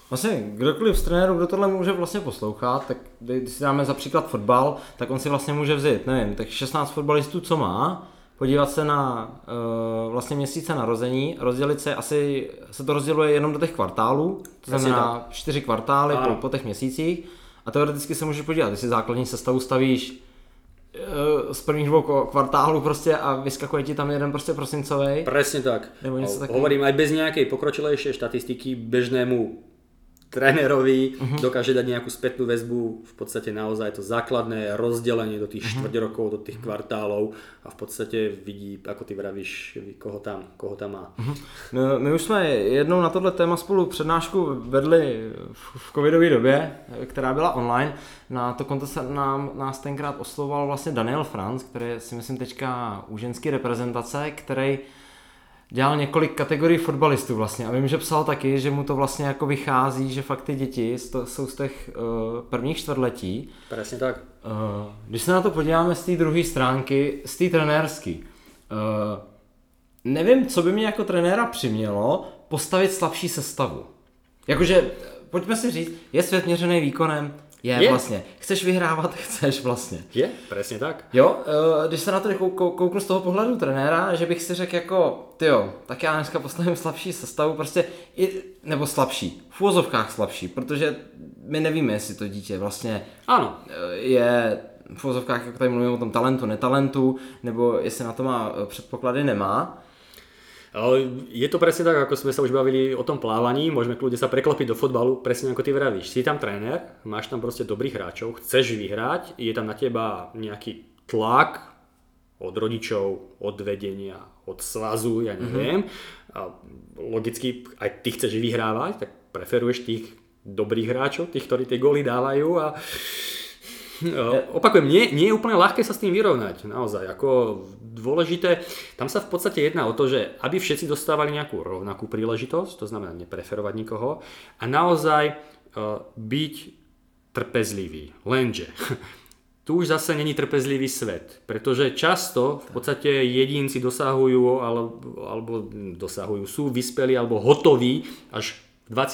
Speaker 1: Vlastně kdokoliv z trenérů, kdo tohle může vlastně poslouchat, tak když si dáme za příklad fotbal, tak on si vlastně může vzít, nevím, tak 16 fotbalistů, co má, podívat se na vlastně měsíce narození, rozdělit se, asi se to rozděluje jenom do těch kvartálů, to znamená 4 kvartály po těch měsících a teoreticky se můžeš podívat, jestli základní sestavu stavíš z prvních 2 kvartálů prostě a vyskakuje ti tam jeden prostě prosincovej.
Speaker 2: Presne tak. Hovorím, aj bez nejakej pokročilejšej štatistiky bežnému trénerovi dokáže dať nejakú spätnú väzbu, v podstate naozaj to základné rozdelenie do tých štvrť rokov, do tých kvartálov a v podstate vidí, ako ty vravíš, koho tam má.
Speaker 1: No, my už jsme jednou na tohle téma spolu přednášku vedli v covidové době, která byla online. Na to konto se nás tenkrát oslovoval vlastně Daniel Franz, který je, si myslím, teďka u ženské reprezentace, který dělal několik kategorií fotbalistů vlastně a vím, že psal taky, že mu to vlastně jako vychází, že fakt ty děti jsou z těch prvních čtvrtletí.
Speaker 2: Presne tak.
Speaker 1: Když se na to podíváme z té druhé stránky, z té trenérský, nevím, co by mě jako trenéra přimělo postavit slabší sestavu. Jakože, pojďme si říct, je svět měřený výkonem, je vlastně. Chceš vyhrávat, chceš vlastně.
Speaker 2: Je, presne tak.
Speaker 1: Jo, když se na to kouknu z toho pohledu trenéra, že bych si řekl jako, tyjo, tak já dneska postavím slabší sestavu, prostě, nebo slabší, v úvozovkách slabší, protože my nevíme, jestli to dítě vlastně je v úvozovkách, jako tady mluvíme o tom talentu, netalentu, nebo jestli na to má předpoklady, nemá.
Speaker 2: Je to presne tak, ako sme sa už bavili o tom plávaní, môžeme kľudne sa preklopiť do fotbalu, presne ako ty vravíš. Si tam tréner, máš tam proste dobrých hráčov, chceš vyhrať, je tam na teba nejaký tlak od rodičov, od vedenia, od svazu, ja neviem. A logicky aj ty chceš vyhrávať, tak preferuješ tých dobrých hráčov, tých, ktorí tie góly dávajú a opakujem, nie je úplne ľahké sa s tým vyrovnať, naozaj, ako dôležité, tam sa v podstate jedná o to, že aby všetci dostávali nejakú rovnakú príležitosť, to znamená nepreferovať nikoho a naozaj byť trpezlivý, lenže tu už zase není trpezlivý svet, pretože často v podstate jedinci dosahujú alebo dosahujú, sú vyspelí alebo hotoví až v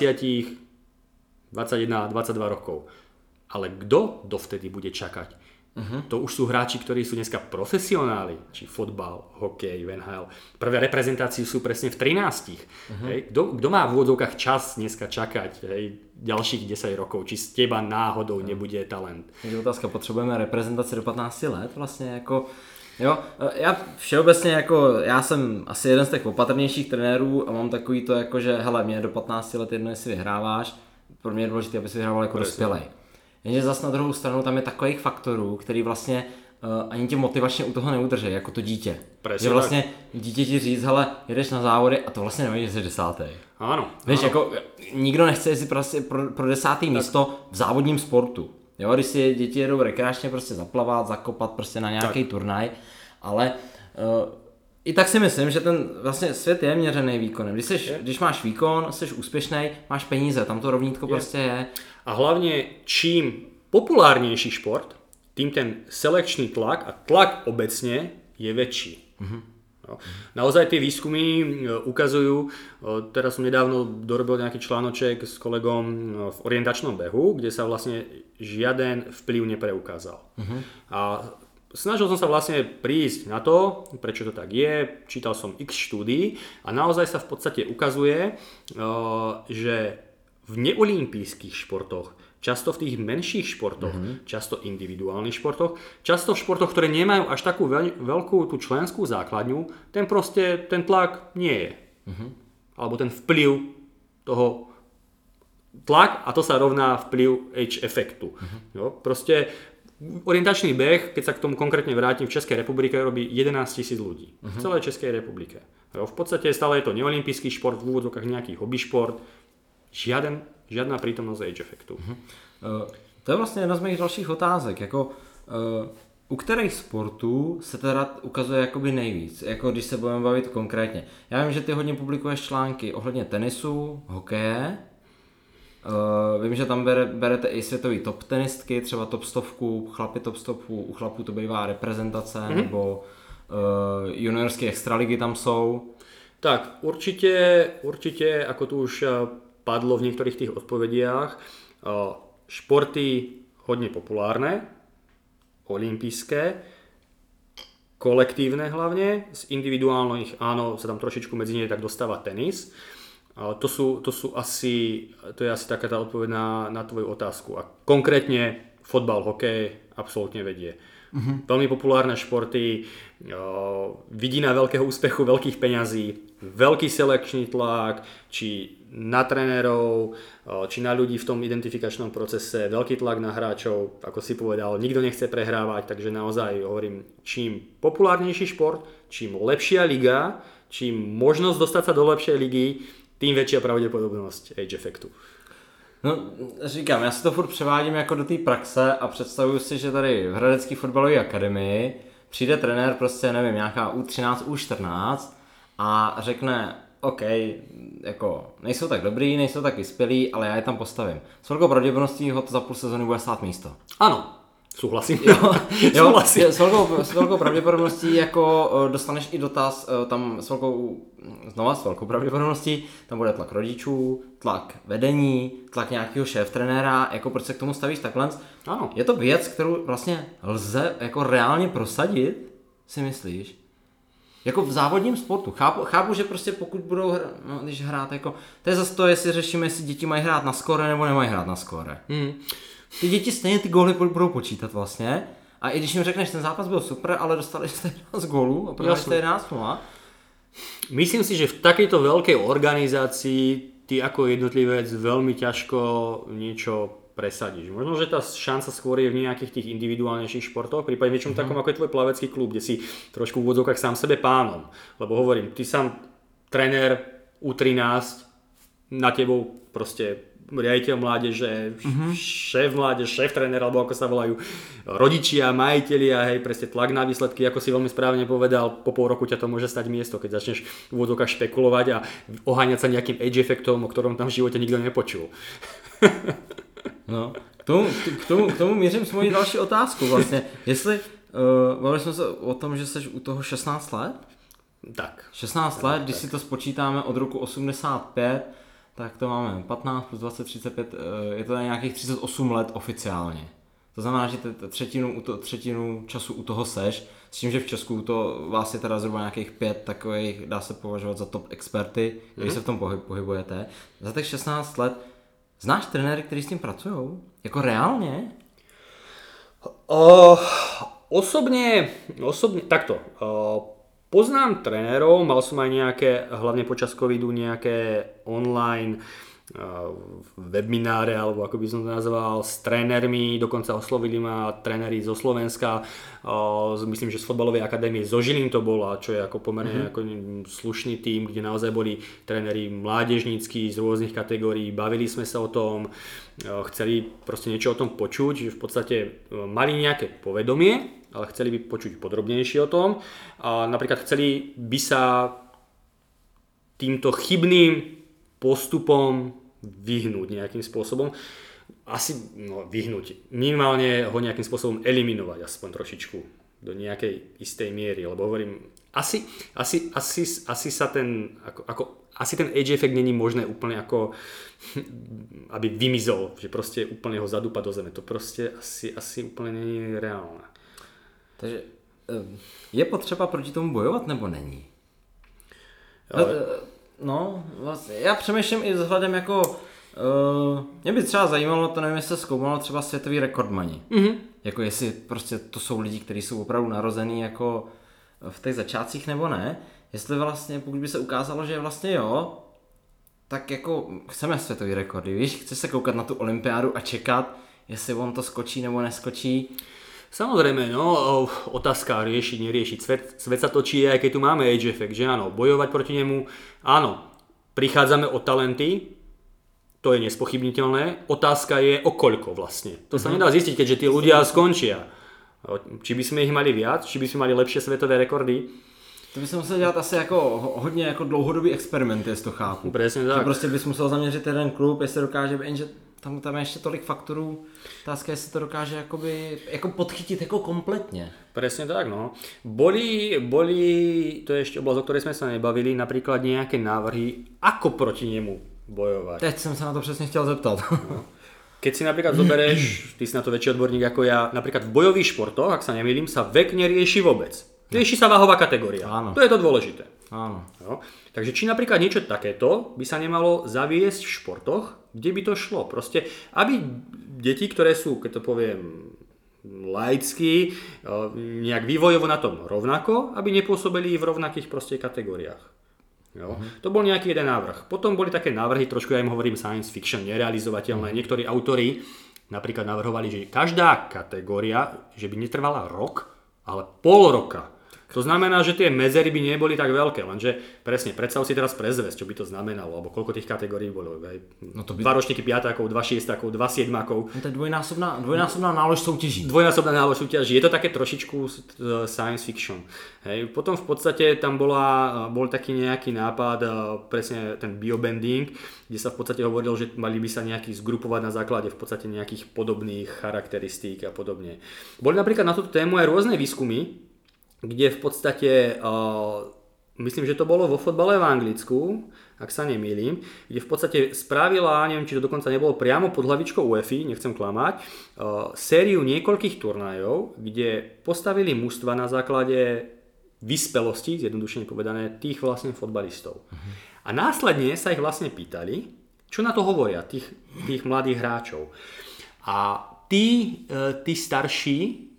Speaker 2: 20, 21, 22 rokov. Ale kto dovtedy bude čakať? To už sú hráči, ktorí sú dneska profesionáli, či fotbal, hokej, NHL. Prvé reprezentácie sú presne v 13. Kto má v úvodzovkách čas dneska čakať ďalších 10 rokov? Či z teba náhodou nebude talent?
Speaker 1: Je otázka, potřebujeme reprezentaci do 15 let vlastně jako... Jo, já všeobecně jako, já jsem asi jeden z těch opatrnějších trenérů a mám takový to jako, že hele, mě do 15 let jedno, jestli vyhráváš, pro mě je důležité, aby si vyhrával jako dospělej. Jenže zase na druhou stranu tam je takových faktorů, který vlastně ani tě motivačně u toho neudrží, jako to dítě. Presne, že vlastně dítě ti říct, hele, jedeš na závody a to vlastně nevíš, že jsi 10.
Speaker 2: Ano.
Speaker 1: Víš, jako nikdo nechce jezdit prostě pro 10. místo v závodním sportu. Jo, když si děti jedou rekreačně prostě zaplavat, zakopat prostě na nějaký turnaj, ale i tak si myslím, že ten vlastně svět je měřený výkonem. Když máš výkon, jsi úspěšný, máš peníze, tam to rovnítko prostě je.
Speaker 2: A hlavne čím populárnejší šport, tým ten selekčný tlak a tlak obecne je väčší. No. Naozaj tie výskumy ukazujú, teraz som nedávno dorobil nejaký článoček s kolegom v orientačnom behu, kde sa vlastne žiaden vplyv nepreukázal. A snažil som sa vlastne prísť na to, prečo to tak je, čítal som x štúdií a naozaj sa v podstate ukazuje, že v neolimpijských športoch, často v tých menších športoch, často individuálnych športoch, často v športoch, ktoré nemajú až takú veľkú tú členskú základňu, ten tlak nie je. Alebo ten vplyv toho tlak a to sa rovná vplyv H efektu. Jo, proste orientačný beh, keď sa k tomu konkrétne vrátim, v Českej republike robí 11 000 ľudí. V celej Českej republike. Jo, v podstate stále je to neolimpijský šport, v úvodzovkách nejaký hobby šport, žádná prítomnosť age efektu.
Speaker 1: To je vlastně jedna z mých dalších otázek. Jako, u kterých sportů se teda ukazuje jakoby nejvíc? Jako když se budeme bavit konkrétně. Já vím, že ty hodně publikuješ články ohledně tenisu, hokeje. Vím, že tam berete i světový top tenistky, třeba top 100, chlapi top 100, u chlapů to bývá reprezentace, nebo juniorské extraligy tam jsou.
Speaker 2: Tak, určite, ako tu už padlo v niektorých tých odpovediach. Športy hodne populárne, olympijské, kolektívne hlavne, z individuálnych, áno, sa tam trošičku medzi nie tak dostáva tenis. To je asi taká tá odpoveď na tvoju otázku. A konkrétne fotbal, hokej absolútne vedie. Veľmi populárne športy, vidina veľkého úspechu, veľkých peňazí, veľký selekčný tlak, či na trénerov, či na ľudí v tom identifikačnom procese, veľký tlak na hráčov, ako si povedal, nikto nechce prehrávať, takže naozaj hovorím, čím populárnejší šport, čím lepšia liga, čím možnosť dostať sa do lepšej ligy, tým väčšia pravděpodobnost age efektu.
Speaker 1: No, říkám, já si to furt převádím jako do té praxe a představuju si, že tady v Hradecké fotbalové akademii přijde trenér, prostě nevím, nějaká U13, U14 a řekne, OK, jako nejsou tak dobrý, nejsou tak vyspělí, ale já je tam postavím. S velkou pravděpodobností ho to za půl sezóny bude stát místo.
Speaker 2: Ano. Souhlasím.
Speaker 1: Souhlasím. S velkou pravděpodobností jako dostaneš i dotaz, tam s velkou pravděpodobností, tam bude tlak rodičů, tlak vedení, tlak nějakého šéftrenéra, jako proč se k tomu stavíš takhle.
Speaker 2: Ano.
Speaker 1: Je to věc, kterou vlastně lze jako reálně prosadit, si myslíš? Jako v závodním sportu. Chápu, že prostě pokud budou když hrát, jako, to je zase to, jestli řešíme, jestli děti mají hrát na skóre nebo nemají hrát na skóre. Ty děti stejně ty góly budou počítat vlastně. A i když jim řekneš, ten zápas byl super, ale dostali jste 11 gólů a prohráli jste 11-0.
Speaker 2: Myslím si, že v takejto veľkej organizácii ty ako jednotlivec veľmi ťažko niečo presadíš. Možno, že tá šanca skôr je v nejakých tých individuálnejších športoch, prípadne niečom takom ako je tvoj plavecký klub, kde si trošku v úvodzovkách sám sebe pánom. Lebo hovorím, ty sám tréner U13, na tebou proste riaditeľ mládeže, šéf mládeže, šéf tréner, alebo ako sa volajú, rodičia, majitelia, hej, presne tlak na výsledky, ako si veľmi správne povedal, po pol roku ťa to môže stať miesto, keď začneš v úvodzovkách špekulovať a oháňať sa nejakým age efektom, o ktorom tam v živote nikto nepočul.
Speaker 1: No, k tomu mířím s mojí další otázku vlastně. Jestli, bavili jsme se o tom, že jsi u toho 16 let?
Speaker 2: Tak.
Speaker 1: 16 let, když si to spočítáme od roku 85, tak to máme 15 plus 20, 35, je to nějakých 38 let oficiálně. To znamená, že třetinu času u toho seš, s tím, že v Česku to vás je teda zhruba nějakých 5 takových, dá se považovat za top experty, když se v tom pohybujete. Za těch 16 let znáš trenéry, kteří s tím pracují? Jako reálně?
Speaker 2: Osobne takto. Poznám trenérov, mal som aj nejaké, hlavne počas covidu, nejaké online webináre, alebo ako by som to nazval, s trénermi, dokonca oslovili ma tréneri zo Slovenska, myslím, že z fotbalovej akadémie zo Žilín to bola, čo je ako pomerne ako slušný tím, kde naozaj boli tréneri mládežnícky z rôznych kategórií, bavili sme sa o tom, chceli proste niečo o tom počuť, že v podstate mali nejaké povedomie, ale chceli by počuť podrobnejšie o tom a napríklad chceli by sa týmto chybným postupom vyhnúť nejakým spôsobom. Asi vyhnúť, minimálne ho nejakým spôsobom eliminovať aspoň trošičku do nejakej istej miery, lebo hovorím, asi sa ten asi ten age effect není možné úplne ako aby vymizol, že proste úplne ho zadúpa do zeme. To proste asi úplne není reálne.
Speaker 1: Takže je potřeba proti tomu bojovat nebo není? No, vlastně, já přemýšlím i vzhledem jako, mě by třeba zajímalo, to nevím, jestli se zkoumalo třeba světový rekordmani. Jako jestli prostě to jsou lidi, kteří jsou opravdu narozený jako v těch začátcích nebo ne. Jestli vlastně, pokud by se ukázalo, že vlastně jo, tak jako chceme světový rekordy, víš? Chceš se koukat na tu olympiádu a čekat, jestli on to skočí nebo neskočí.
Speaker 2: Samozrejme, otázka riešiť, neriešiť. Svet sa točí, aj keď tu máme age effect, že áno, bojovať proti nemu, áno, prichádzame o talenty, to je nespochybniteľné, otázka je o koľko vlastne. To sa nedá zistiť, keďže tí ľudia skončia. Či by sme ich mali viac, či by sme mali lepšie svetové rekordy.
Speaker 1: To by se musel dělat asi jako hodně jako dlouhodobý experiment, jestli to chápu.
Speaker 2: Presne tak.
Speaker 1: Že prostě bys musel zaměřit jeden klub, jestli dokáže, jenže tam je ještě tolik faktorů, otázka, jestli to dokáže jakoby, jako podchytit jako kompletně.
Speaker 2: Presne tak, no. Boli, to je ešte oblasť, o ktorej sme sa nebavili, napríklad nejaké návrhy, ako proti nemu bojovať.
Speaker 1: Teď jsem se na to přesně chtěl zeptat.
Speaker 2: No. Keď si napríklad zobereš, ty si na to väčší odborník ako ja, napríklad v bojových športoch, ak sa nemýlim, sa vek nerieši vôbec. Rieši sa váhová kategória.
Speaker 1: Áno.
Speaker 2: To je to dôležité.
Speaker 1: Áno.
Speaker 2: No. Takže či napríklad niečo takéto by sa nemalo zaviesť v športoch, kde by to šlo? Proste, aby deti, ktoré sú, keď to poviem laicky, nejak vývojovo na tom rovnako, aby nepôsobili v rovnakých proste kategóriách. Jo. To bol nejaký jeden návrh. Potom boli také návrhy, trošku ja im hovorím science fiction, nerealizovateľné. Niektorí autori napríklad navrhovali, že každá kategória, že by netrvala rok, ale pol roka. To znamená, že tie medzery by neboli tak veľké, lenže presne, predstav si teraz prezves, čo by to znamenalo, alebo koľko tých kategórií bolo. No to by... 2 ročníky 5-ákov, 2 6-ákov, 2 7-ákov.
Speaker 1: No to je dvojnásobná nálož soutěží.
Speaker 2: Dvojnásobná nálož súťaží. Je to také trošičku science fiction. Hej. Potom v podstate tam bol taký nejaký nápad, presne ten biobending, kde sa v podstate hovorilo, že mali by sa nejaký zgrupovať na základe v podstate nejakých podobných charakteristík a podobne. Boli napríklad na túto tému aj rôzne výskumy, kde v podstate, myslím, že to bolo vo fotbale v Anglicku, ak sa nemýlim, kde v podstate spravila, neviem, či to dokonca nebolo priamo pod hlavičkou UEFA, nechcem klamať, sériu niekoľkých turnajov, kde postavili mužstva na základe vyspelosti, zjednodušene povedané, tých vlastne fotbalistov. A následne sa ich vlastne pýtali, čo na to hovoria, tých mladých hráčov. A tí starší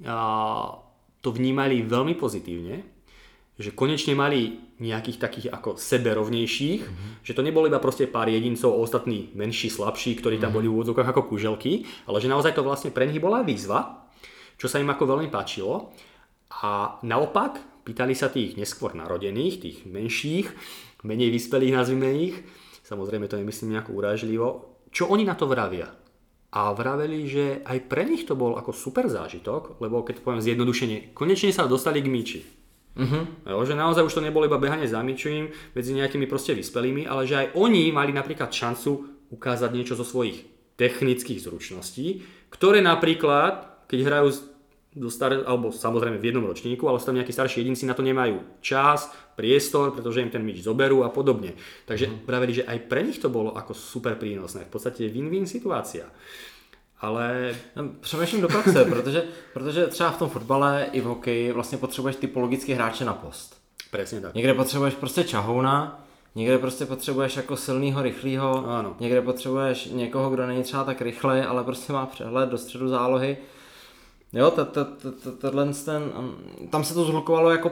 Speaker 2: to vnímali veľmi pozitívne, že konečne mali nejakých takých ako seberovnejších, že to nebolo iba proste pár jedincov, ostatní menší, slabší, ktorí tam boli v úvodzovkách ako kuželky, ale že naozaj to vlastne pre nich bola výzva, čo sa im ako veľmi páčilo. A naopak pýtali sa tých neskôr narodených, tých menších, menej vyspelých, nazvime ich, samozrejme to nemyslím nejako urážlivo, čo oni na to vravia. A vraveli, že aj pre nich to bol ako super zážitok, lebo keď to poviem zjednodušene, konečne sa dostali k míči. Že naozaj už to nebolo iba behanie za míčim medzi nejakými proste vyspelými, ale že aj oni mali napríklad šancu ukázať niečo zo svojich technických zručností, ktoré napríklad, keď hrajú alebo samozrejme v jednom ročníku, ale sú tam nejakí starší jedinci, na to nemajú čas, priestor, pretože im ten míč zoberú a podobne. Takže vraveli, že aj pre nich to bolo ako super prínosné. V podstate win-win situácia. Ale...
Speaker 1: Přemýšlím do praxe, protože třeba v tom fotbale i v hokeji vlastně potřebuješ typologicky hráče na post.
Speaker 2: Presne tak.
Speaker 1: Někde potřebuješ prostě čahouna, někde prostě potřebuješ jako silnýho, rychlýho, někde potřebuješ někoho, kdo není třeba tak rychlej, ale prostě má přehled do středu zálohy. Jo, tam se to zhlukovalo jako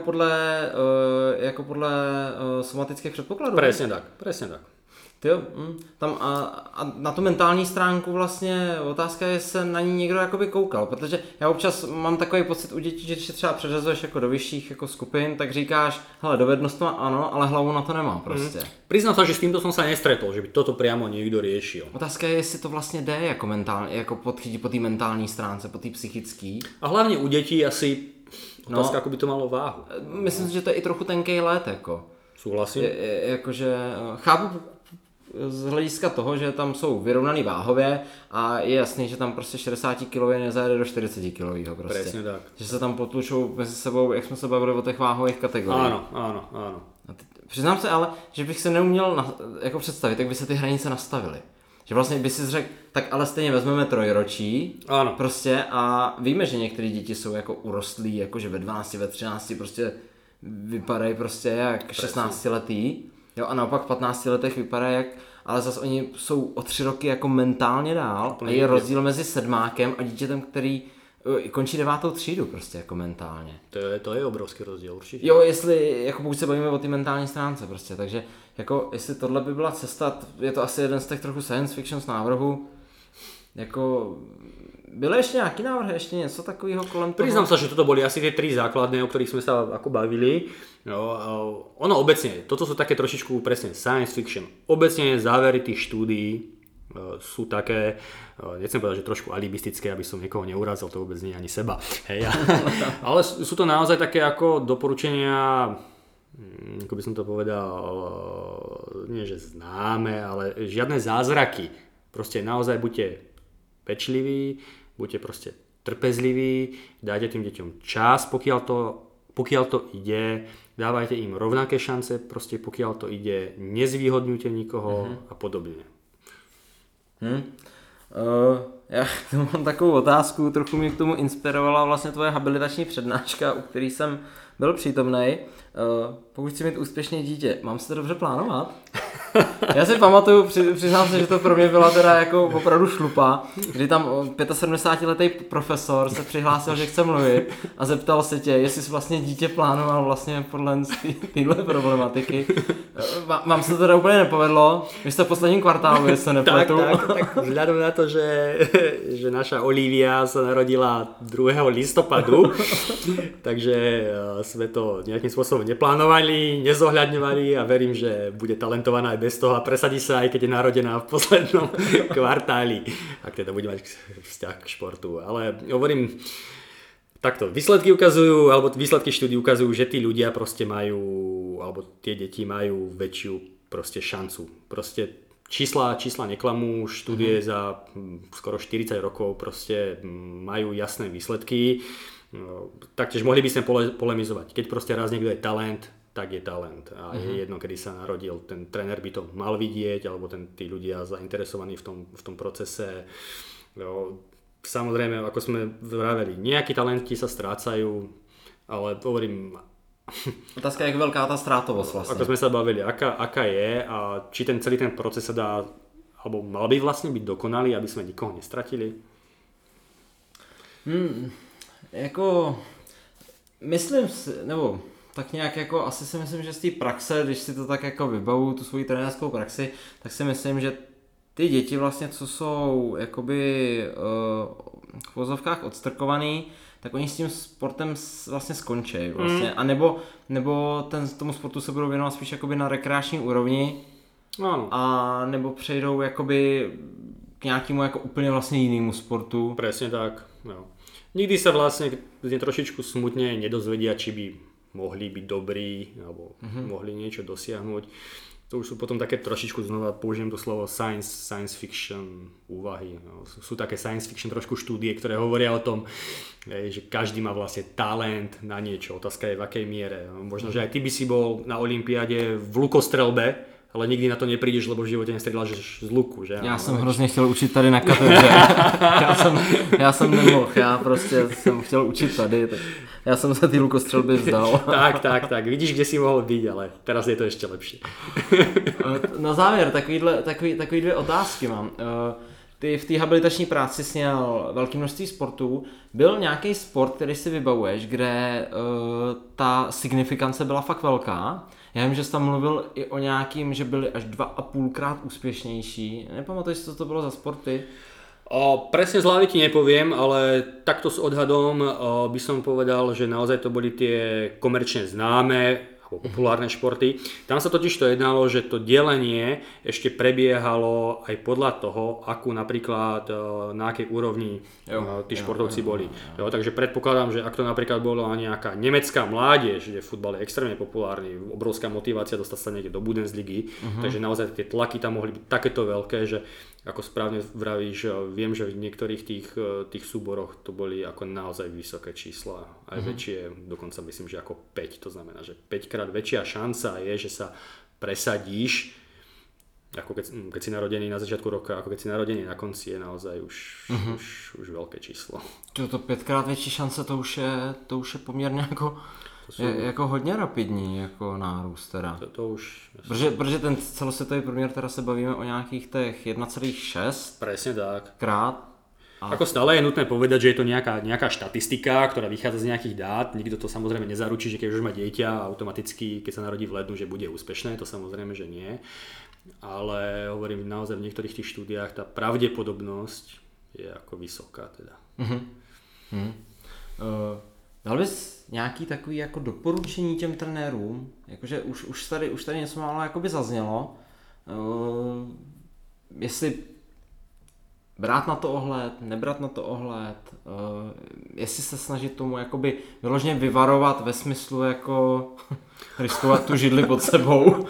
Speaker 1: podle somatických předpokladů.
Speaker 2: Presne tak.
Speaker 1: Jo, tam a na tu mentální stránku vlastně otázka je, jestli se na ní někdo jakoby koukal, protože já občas mám takový pocit u dětí, že když se třeba přeřazuješ jako do vyšších jako skupin, tak říkáš, hele, dovednost ano, ale hlavu na to nemá prostě.
Speaker 2: Priznám sa, že s týmto som sa nestretol, že by toto priamo niekto riešil.
Speaker 1: Otázka je, jestli to vlastně jde jako mentálně, jako podchytit po té mentální stránce, po té psychické.
Speaker 2: A hlavně u dětí asi otázka, ako by to malo váhu.
Speaker 1: Myslím si, že to je i trochu tenkej led, jako.
Speaker 2: Súhlasím.
Speaker 1: Jakože chápu z hlediska toho, že tam jsou vyrovnaný váhově a je jasný, že tam prostě 60 kg nezajede do 40 kg prostě.
Speaker 2: Presne tak.
Speaker 1: Že se tam potlučou mezi sebou, jak jsme se bavili o těch váhových kategoriích.
Speaker 2: Áno.
Speaker 1: Přiznám se ale, že bych se neuměl jako představit, jak by se ty hranice nastavily. Že vlastně by si řekl, tak ale stejně vezmeme trojročí,
Speaker 2: Áno.
Speaker 1: prostě a víme, že některé děti jsou jako urostlí, jakože ve 12, ve 13 prostě vypadají prostě jak 16 letý. Jo, a naopak v 15 letech vypadá jak, ale zase oni jsou o 3 roky jako mentálně dál a je rozdíl mezi sedmákem a dítětem, který končí 9. třídu prostě jako mentálně.
Speaker 2: To je obrovský rozdíl určitě.
Speaker 1: Jo, jestli, jako pokud se bavíme o té mentální stránce prostě, takže jako jestli tohle by byla cesta, je to asi jeden z těch trochu science fiction z návrhu, jako byly ještě nějaký návrh, ještě něco takového kolem toho?
Speaker 2: Priznám sa, že toto boli asi tie 3 základné, o ktorých sme sa ako bavili. No, ono obecne, toto sú také trošičku presne science fiction. Obecne závery tých štúdií sú také, nechcem povedať, že trošku alibistické, aby som niekoho neurazil, to vôbec nie ani seba. Hej, ale sú to naozaj také ako doporučenia, ako by som to povedal, nie že známe, ale žiadne zázraky. Proste naozaj buďte pečliví, buďte proste trpezliví, dajte tým deťom čas, pokiaľ to Pokiaľ to ide, dávajte im rovnaké šance, proste pokiaľ to ide, nezvýhodňujte nikoho a podobně.
Speaker 1: Já mám takovou otázku, trochu mě k tomu inspirovala vlastně tvoje habilitační přednáška, u který jsem byl přítomnej. Pokud chci mít úspěšné dítě, mám se to dobře plánovat? Já si pamatuju, přiznám se, že to pro mě byla teda jako opravdu šlupa, kdy tam 75letý profesor se přihlásil, že chce mluvit a zeptal se tě, jestli jsi vlastně dítě plánoval vlastně podle téhle problematiky. Vám se to teda úplně nepovedlo, vy jste v posledním kvartálu, jestli se nepletu.
Speaker 2: Tak vzhľadom na to, že naša Olivia sa narodila 2. listopadu, takže sme to nejakým spôsobom neplánovali, nezohľadňovali a verím, že bude talentovaná aj bez toho a presadí sa, aj keď je narodená v poslednom kvartáli, ak teda bude mať vzťah k športu. Ale hovorím, takto, výsledky ukazujú, alebo výsledky štúdií ukazujú, že tí ľudia proste majú, alebo tie deti majú väčšiu proste šancu. Proste čísla neklamú, štúdie za skoro 40 rokov proste majú jasné výsledky. Taktiež mohli by sme polemizovať. Keď proste raz niekto je talent, tak je talent. A je jedno, kedy sa narodil. Ten tréner by to mal vidieť, alebo tí ľudia zainteresovaní v tom procese. Samozrejme, ako sme vraveli, nejakí talenti sa strácajú, ale hovorím...
Speaker 1: Otázka je, jak veľká tá strátovosť vlastne.
Speaker 2: Ako sme sa bavili, aká je a či ten celý ten proces sa dá, alebo mal by vlastne byť dokonalý, aby sme nikoho nestratili?
Speaker 1: Jako... Myslím si, nebo... Tak nějak jako asi si myslím, že z té praxe, když si to tak jako vybavu, tu svoji trenérskou praxi, tak si myslím, že ty děti vlastně, co jsou jakoby v vozovkách odstrkovaný, tak oni s tím sportem vlastně skončí vlastně. A nebo tomu sportu se budou věnovat spíš jakoby na rekreační úrovni.
Speaker 2: Ano.
Speaker 1: A nebo přejdou jakoby k nějakému jako úplně vlastně jinému sportu.
Speaker 2: Presne tak, jo. Nikdy sa vlastne trošičku smutne nedozvedia, či by mohli byť dobrí, alebo mohli niečo dosiahnuť. To už sú potom také trošičku, znova použijem to slovo science fiction úvahy. No, sú také science fiction trošku štúdie, ktoré hovoria o tom, že každý má vlastne talent na niečo. Otázka je v akej miere. No, možno, že aj ty by si bol na olympiáde v lukostrelbe, ale nikdy na to neprídeš, lebo v živote nestřeláš z luku, že?
Speaker 1: Já jsem hrozně chtěl učit tady na katedře. já jsem nemohl, já prostě jsem chtěl učit tady, tak já jsem se ty lukostřelby vzdal.
Speaker 2: tak, vidíš, kde si mohl být, ale teraz je to ještě lepší.
Speaker 1: Na závěr, takový dvě otázky mám. Ty v té habilitační práci jsi měl velké množství sportů. Byl nějaký sport, který si vybavuješ, kde ta signifikance byla fakt velká? Já vím, že jsi tam mluvil i o nějakým, že byli až 2,5krát úspěšnější. Nepamatuješ si, co to bylo za sporty?
Speaker 2: Presne z hlavy ti nepoviem, ale takto s odhadom by som povedal, že naozaj to boli tie komerčne známe populárne športy. Tam sa totiž to jednalo, že to delenie ešte prebiehalo aj podľa toho, akú napríklad na akej úrovni tí športovci boli. Jo, takže predpokladám, že ak to napríklad bola nejaká nemecká mládež, kde futbal je extrémne populárny, obrovská motivácia dostať sa niekde do Bundesligy, takže naozaj tie tlaky tam mohli byť takéto veľké, že ako správne vravíš, viem, že v niektorých tých súboroch to boli ako naozaj vysoké čísla, aj väčšie, dokonca myslím, že ako 5, to znamená, že 5-krát väčšia šanca je, že sa presadíš, ako keď si narodený na začiatku roka, ako keď si narodený na konci, je naozaj už veľké číslo.
Speaker 1: To 5krát větší šance, to už je poměrně jako hodně rapidní jako nárůst teda.
Speaker 2: To už...
Speaker 1: Protože ten celosvětový průměr teda se bavíme o nějakých těch 1,6
Speaker 2: Presne tak.
Speaker 1: krát.
Speaker 2: Ako stále je nutné povedať, že je to nejaká štatistika, ktorá vychádza z nejakých dát. Nikto to samozrejme nezaručí, že keď už má dieťa automaticky, keď sa narodí v lednu, že bude úspešné, to samozrejme, že nie. Ale hovorím, naozaj v niektorých tých štúdiách tá pravdepodobnosť je ako vysoká teda.
Speaker 1: Dal bys nějaký takový jako doporučení těm trenérům, jakože už tady něco málo jakoby zaznělo, jestli brát na to ohled, nebrat na to ohled, jestli se snažit tomu jakoby vyloženě vyvarovat ve smyslu jako riskovat tu židli pod sebou.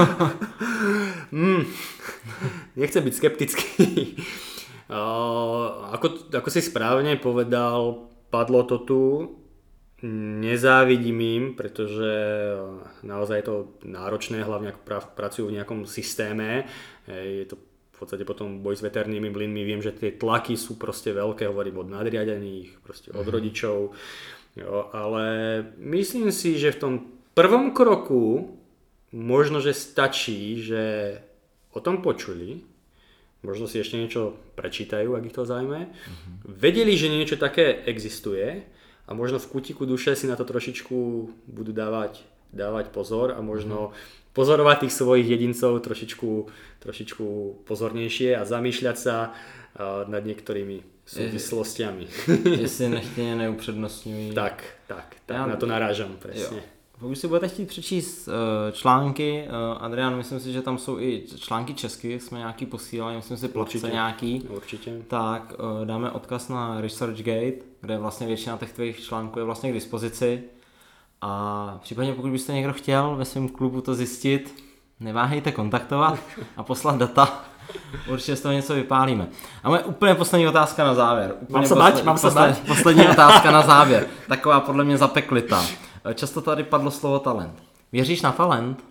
Speaker 2: Nechcem byť skeptický. Ako si správne povedal, padlo to tu. nezávidím im, pretože naozaj je to náročné, hlavne ak pracujú v nejakom systéme. Je to v podstate potom boj s veternými mlynmi. Viem, že tie tlaky sú proste veľké, hovorím od nadriadených, proste od rodičov. Jo, ale myslím si, že v tom prvom kroku možno, že stačí, že o tom počuli, možno si ešte niečo prečítajú, ak ich to zaujíma. Vedeli, že niečo také existuje a možno v kútiku duše si na to trošičku budú dávať pozor a možno pozorovať tých svojich jedincov trošičku pozornejšie a zamýšľať sa nad niektorými súvislostiami.
Speaker 1: Jestli nechtěně neupřednostňují.
Speaker 2: Tak, na to narážam, presne. Jo.
Speaker 1: Pokud si budete chtít přečíst články, Adrián, myslím si, že tam jsou i články česky, jsme nějaký posílali, myslím si platce nějaký.
Speaker 2: Určitě.
Speaker 1: Tak dáme odkaz na ResearchGate, kde vlastně většina těch tvých článků je vlastně k dispozici. A případně pokud byste někdo chtěl ve svém klubu to zjistit, neváhejte kontaktovat a poslat data. Určitě z toho něco vypálíme. A moje úplně poslední otázka na závěr.
Speaker 2: Mám se bát.
Speaker 1: Poslední otázka na závěr. Taková podle mě zapeklitá. Často tady padlo slovo talent. Věříš na talent?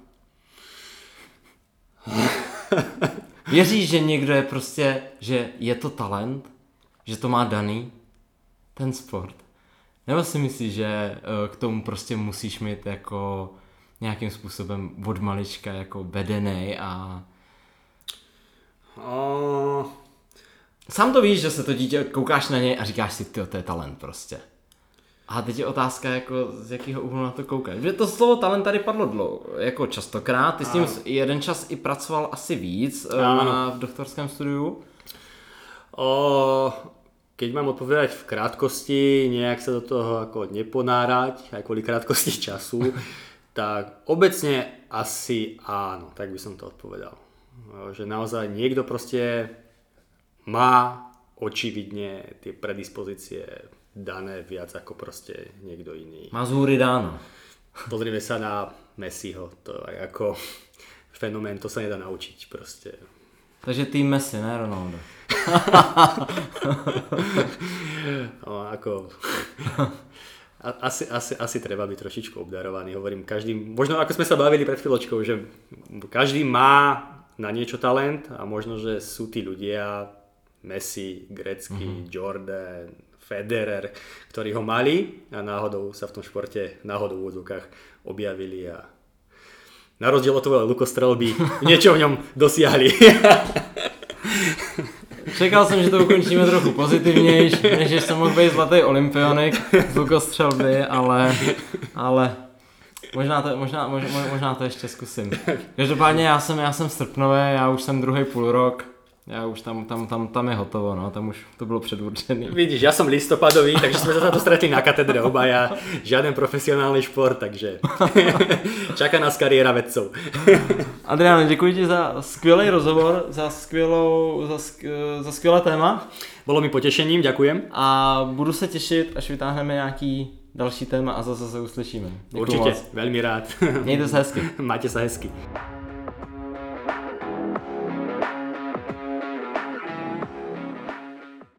Speaker 1: Věříš, že někdo je prostě, že je to talent? Že to má daný? Ten sport? Nebo si myslíš, že k tomu prostě musíš mít jako nějakým způsobem od malička jako vedenej a... Sám to víš, že se to dítě, koukáš na něj a říkáš si, tyjo, to je talent prostě. A teď je otázka, jako z jakého úhlu na to koukáš. Že to slovo talent tady padlo dlouho, jako častokrát. Ty s tím jeden čas i pracoval asi víc v doktorském studiu.
Speaker 2: Keď mám odpovedať v krátkosti, nejak sa do toho ako neponárať, aj kvôli krátkosti času, tak obecne asi áno, tak by som to odpovedal. Že naozaj niekto proste má očividne tie predispozície dané viac ako proste niekto iný.
Speaker 1: Má z hůry dáno.
Speaker 2: Pozrieme sa na Messiho, to je ako fenomén, to sa nedá naučiť proste.
Speaker 1: Takže tým Messi, ne Ronaldo.
Speaker 2: No, ako... Asi treba byť trošičku obdarovaný, hovorím, každý, možno ako sme sa bavili pred chvíľočkou, že každý má na niečo talent a možno, že sú tí ľudia, Messi, Gretzky, Jordan, Federer, ktorí ho mali a náhodou sa v tom športe, náhodou v úvodzovkách objavili a na rozdiel od tvojho lukostrelby niečo v ňom dosiahli.
Speaker 1: Čekal jsem, že to ukončíme trochu pozitivnější, než že jsem mohl být zlatý olympionik z lukostřelby, ale možná to ještě zkusím. Každopádně já jsem srpnový, já už jsem druhý půlrok, já už tam je hotovo, no, tam už to bylo předurčený.
Speaker 2: Vidíš, ja som listopadový, takže sme sa tu stretli na katedre obaja, žiaden profesionálny šport, takže čaká nás kariéra vedcov.
Speaker 1: Adrián, děkuji ti za skvělý rozhovor, za skvělé téma.
Speaker 2: Bolo mi potešením, ďakujem.
Speaker 1: A budu se těšit, až vytáhneme nějaký další téma a zase se uslyšíme. Děkuji
Speaker 2: Určite,
Speaker 1: moc.
Speaker 2: veľmi rád.
Speaker 1: Mějte se hezky.
Speaker 2: Majte sa hezky.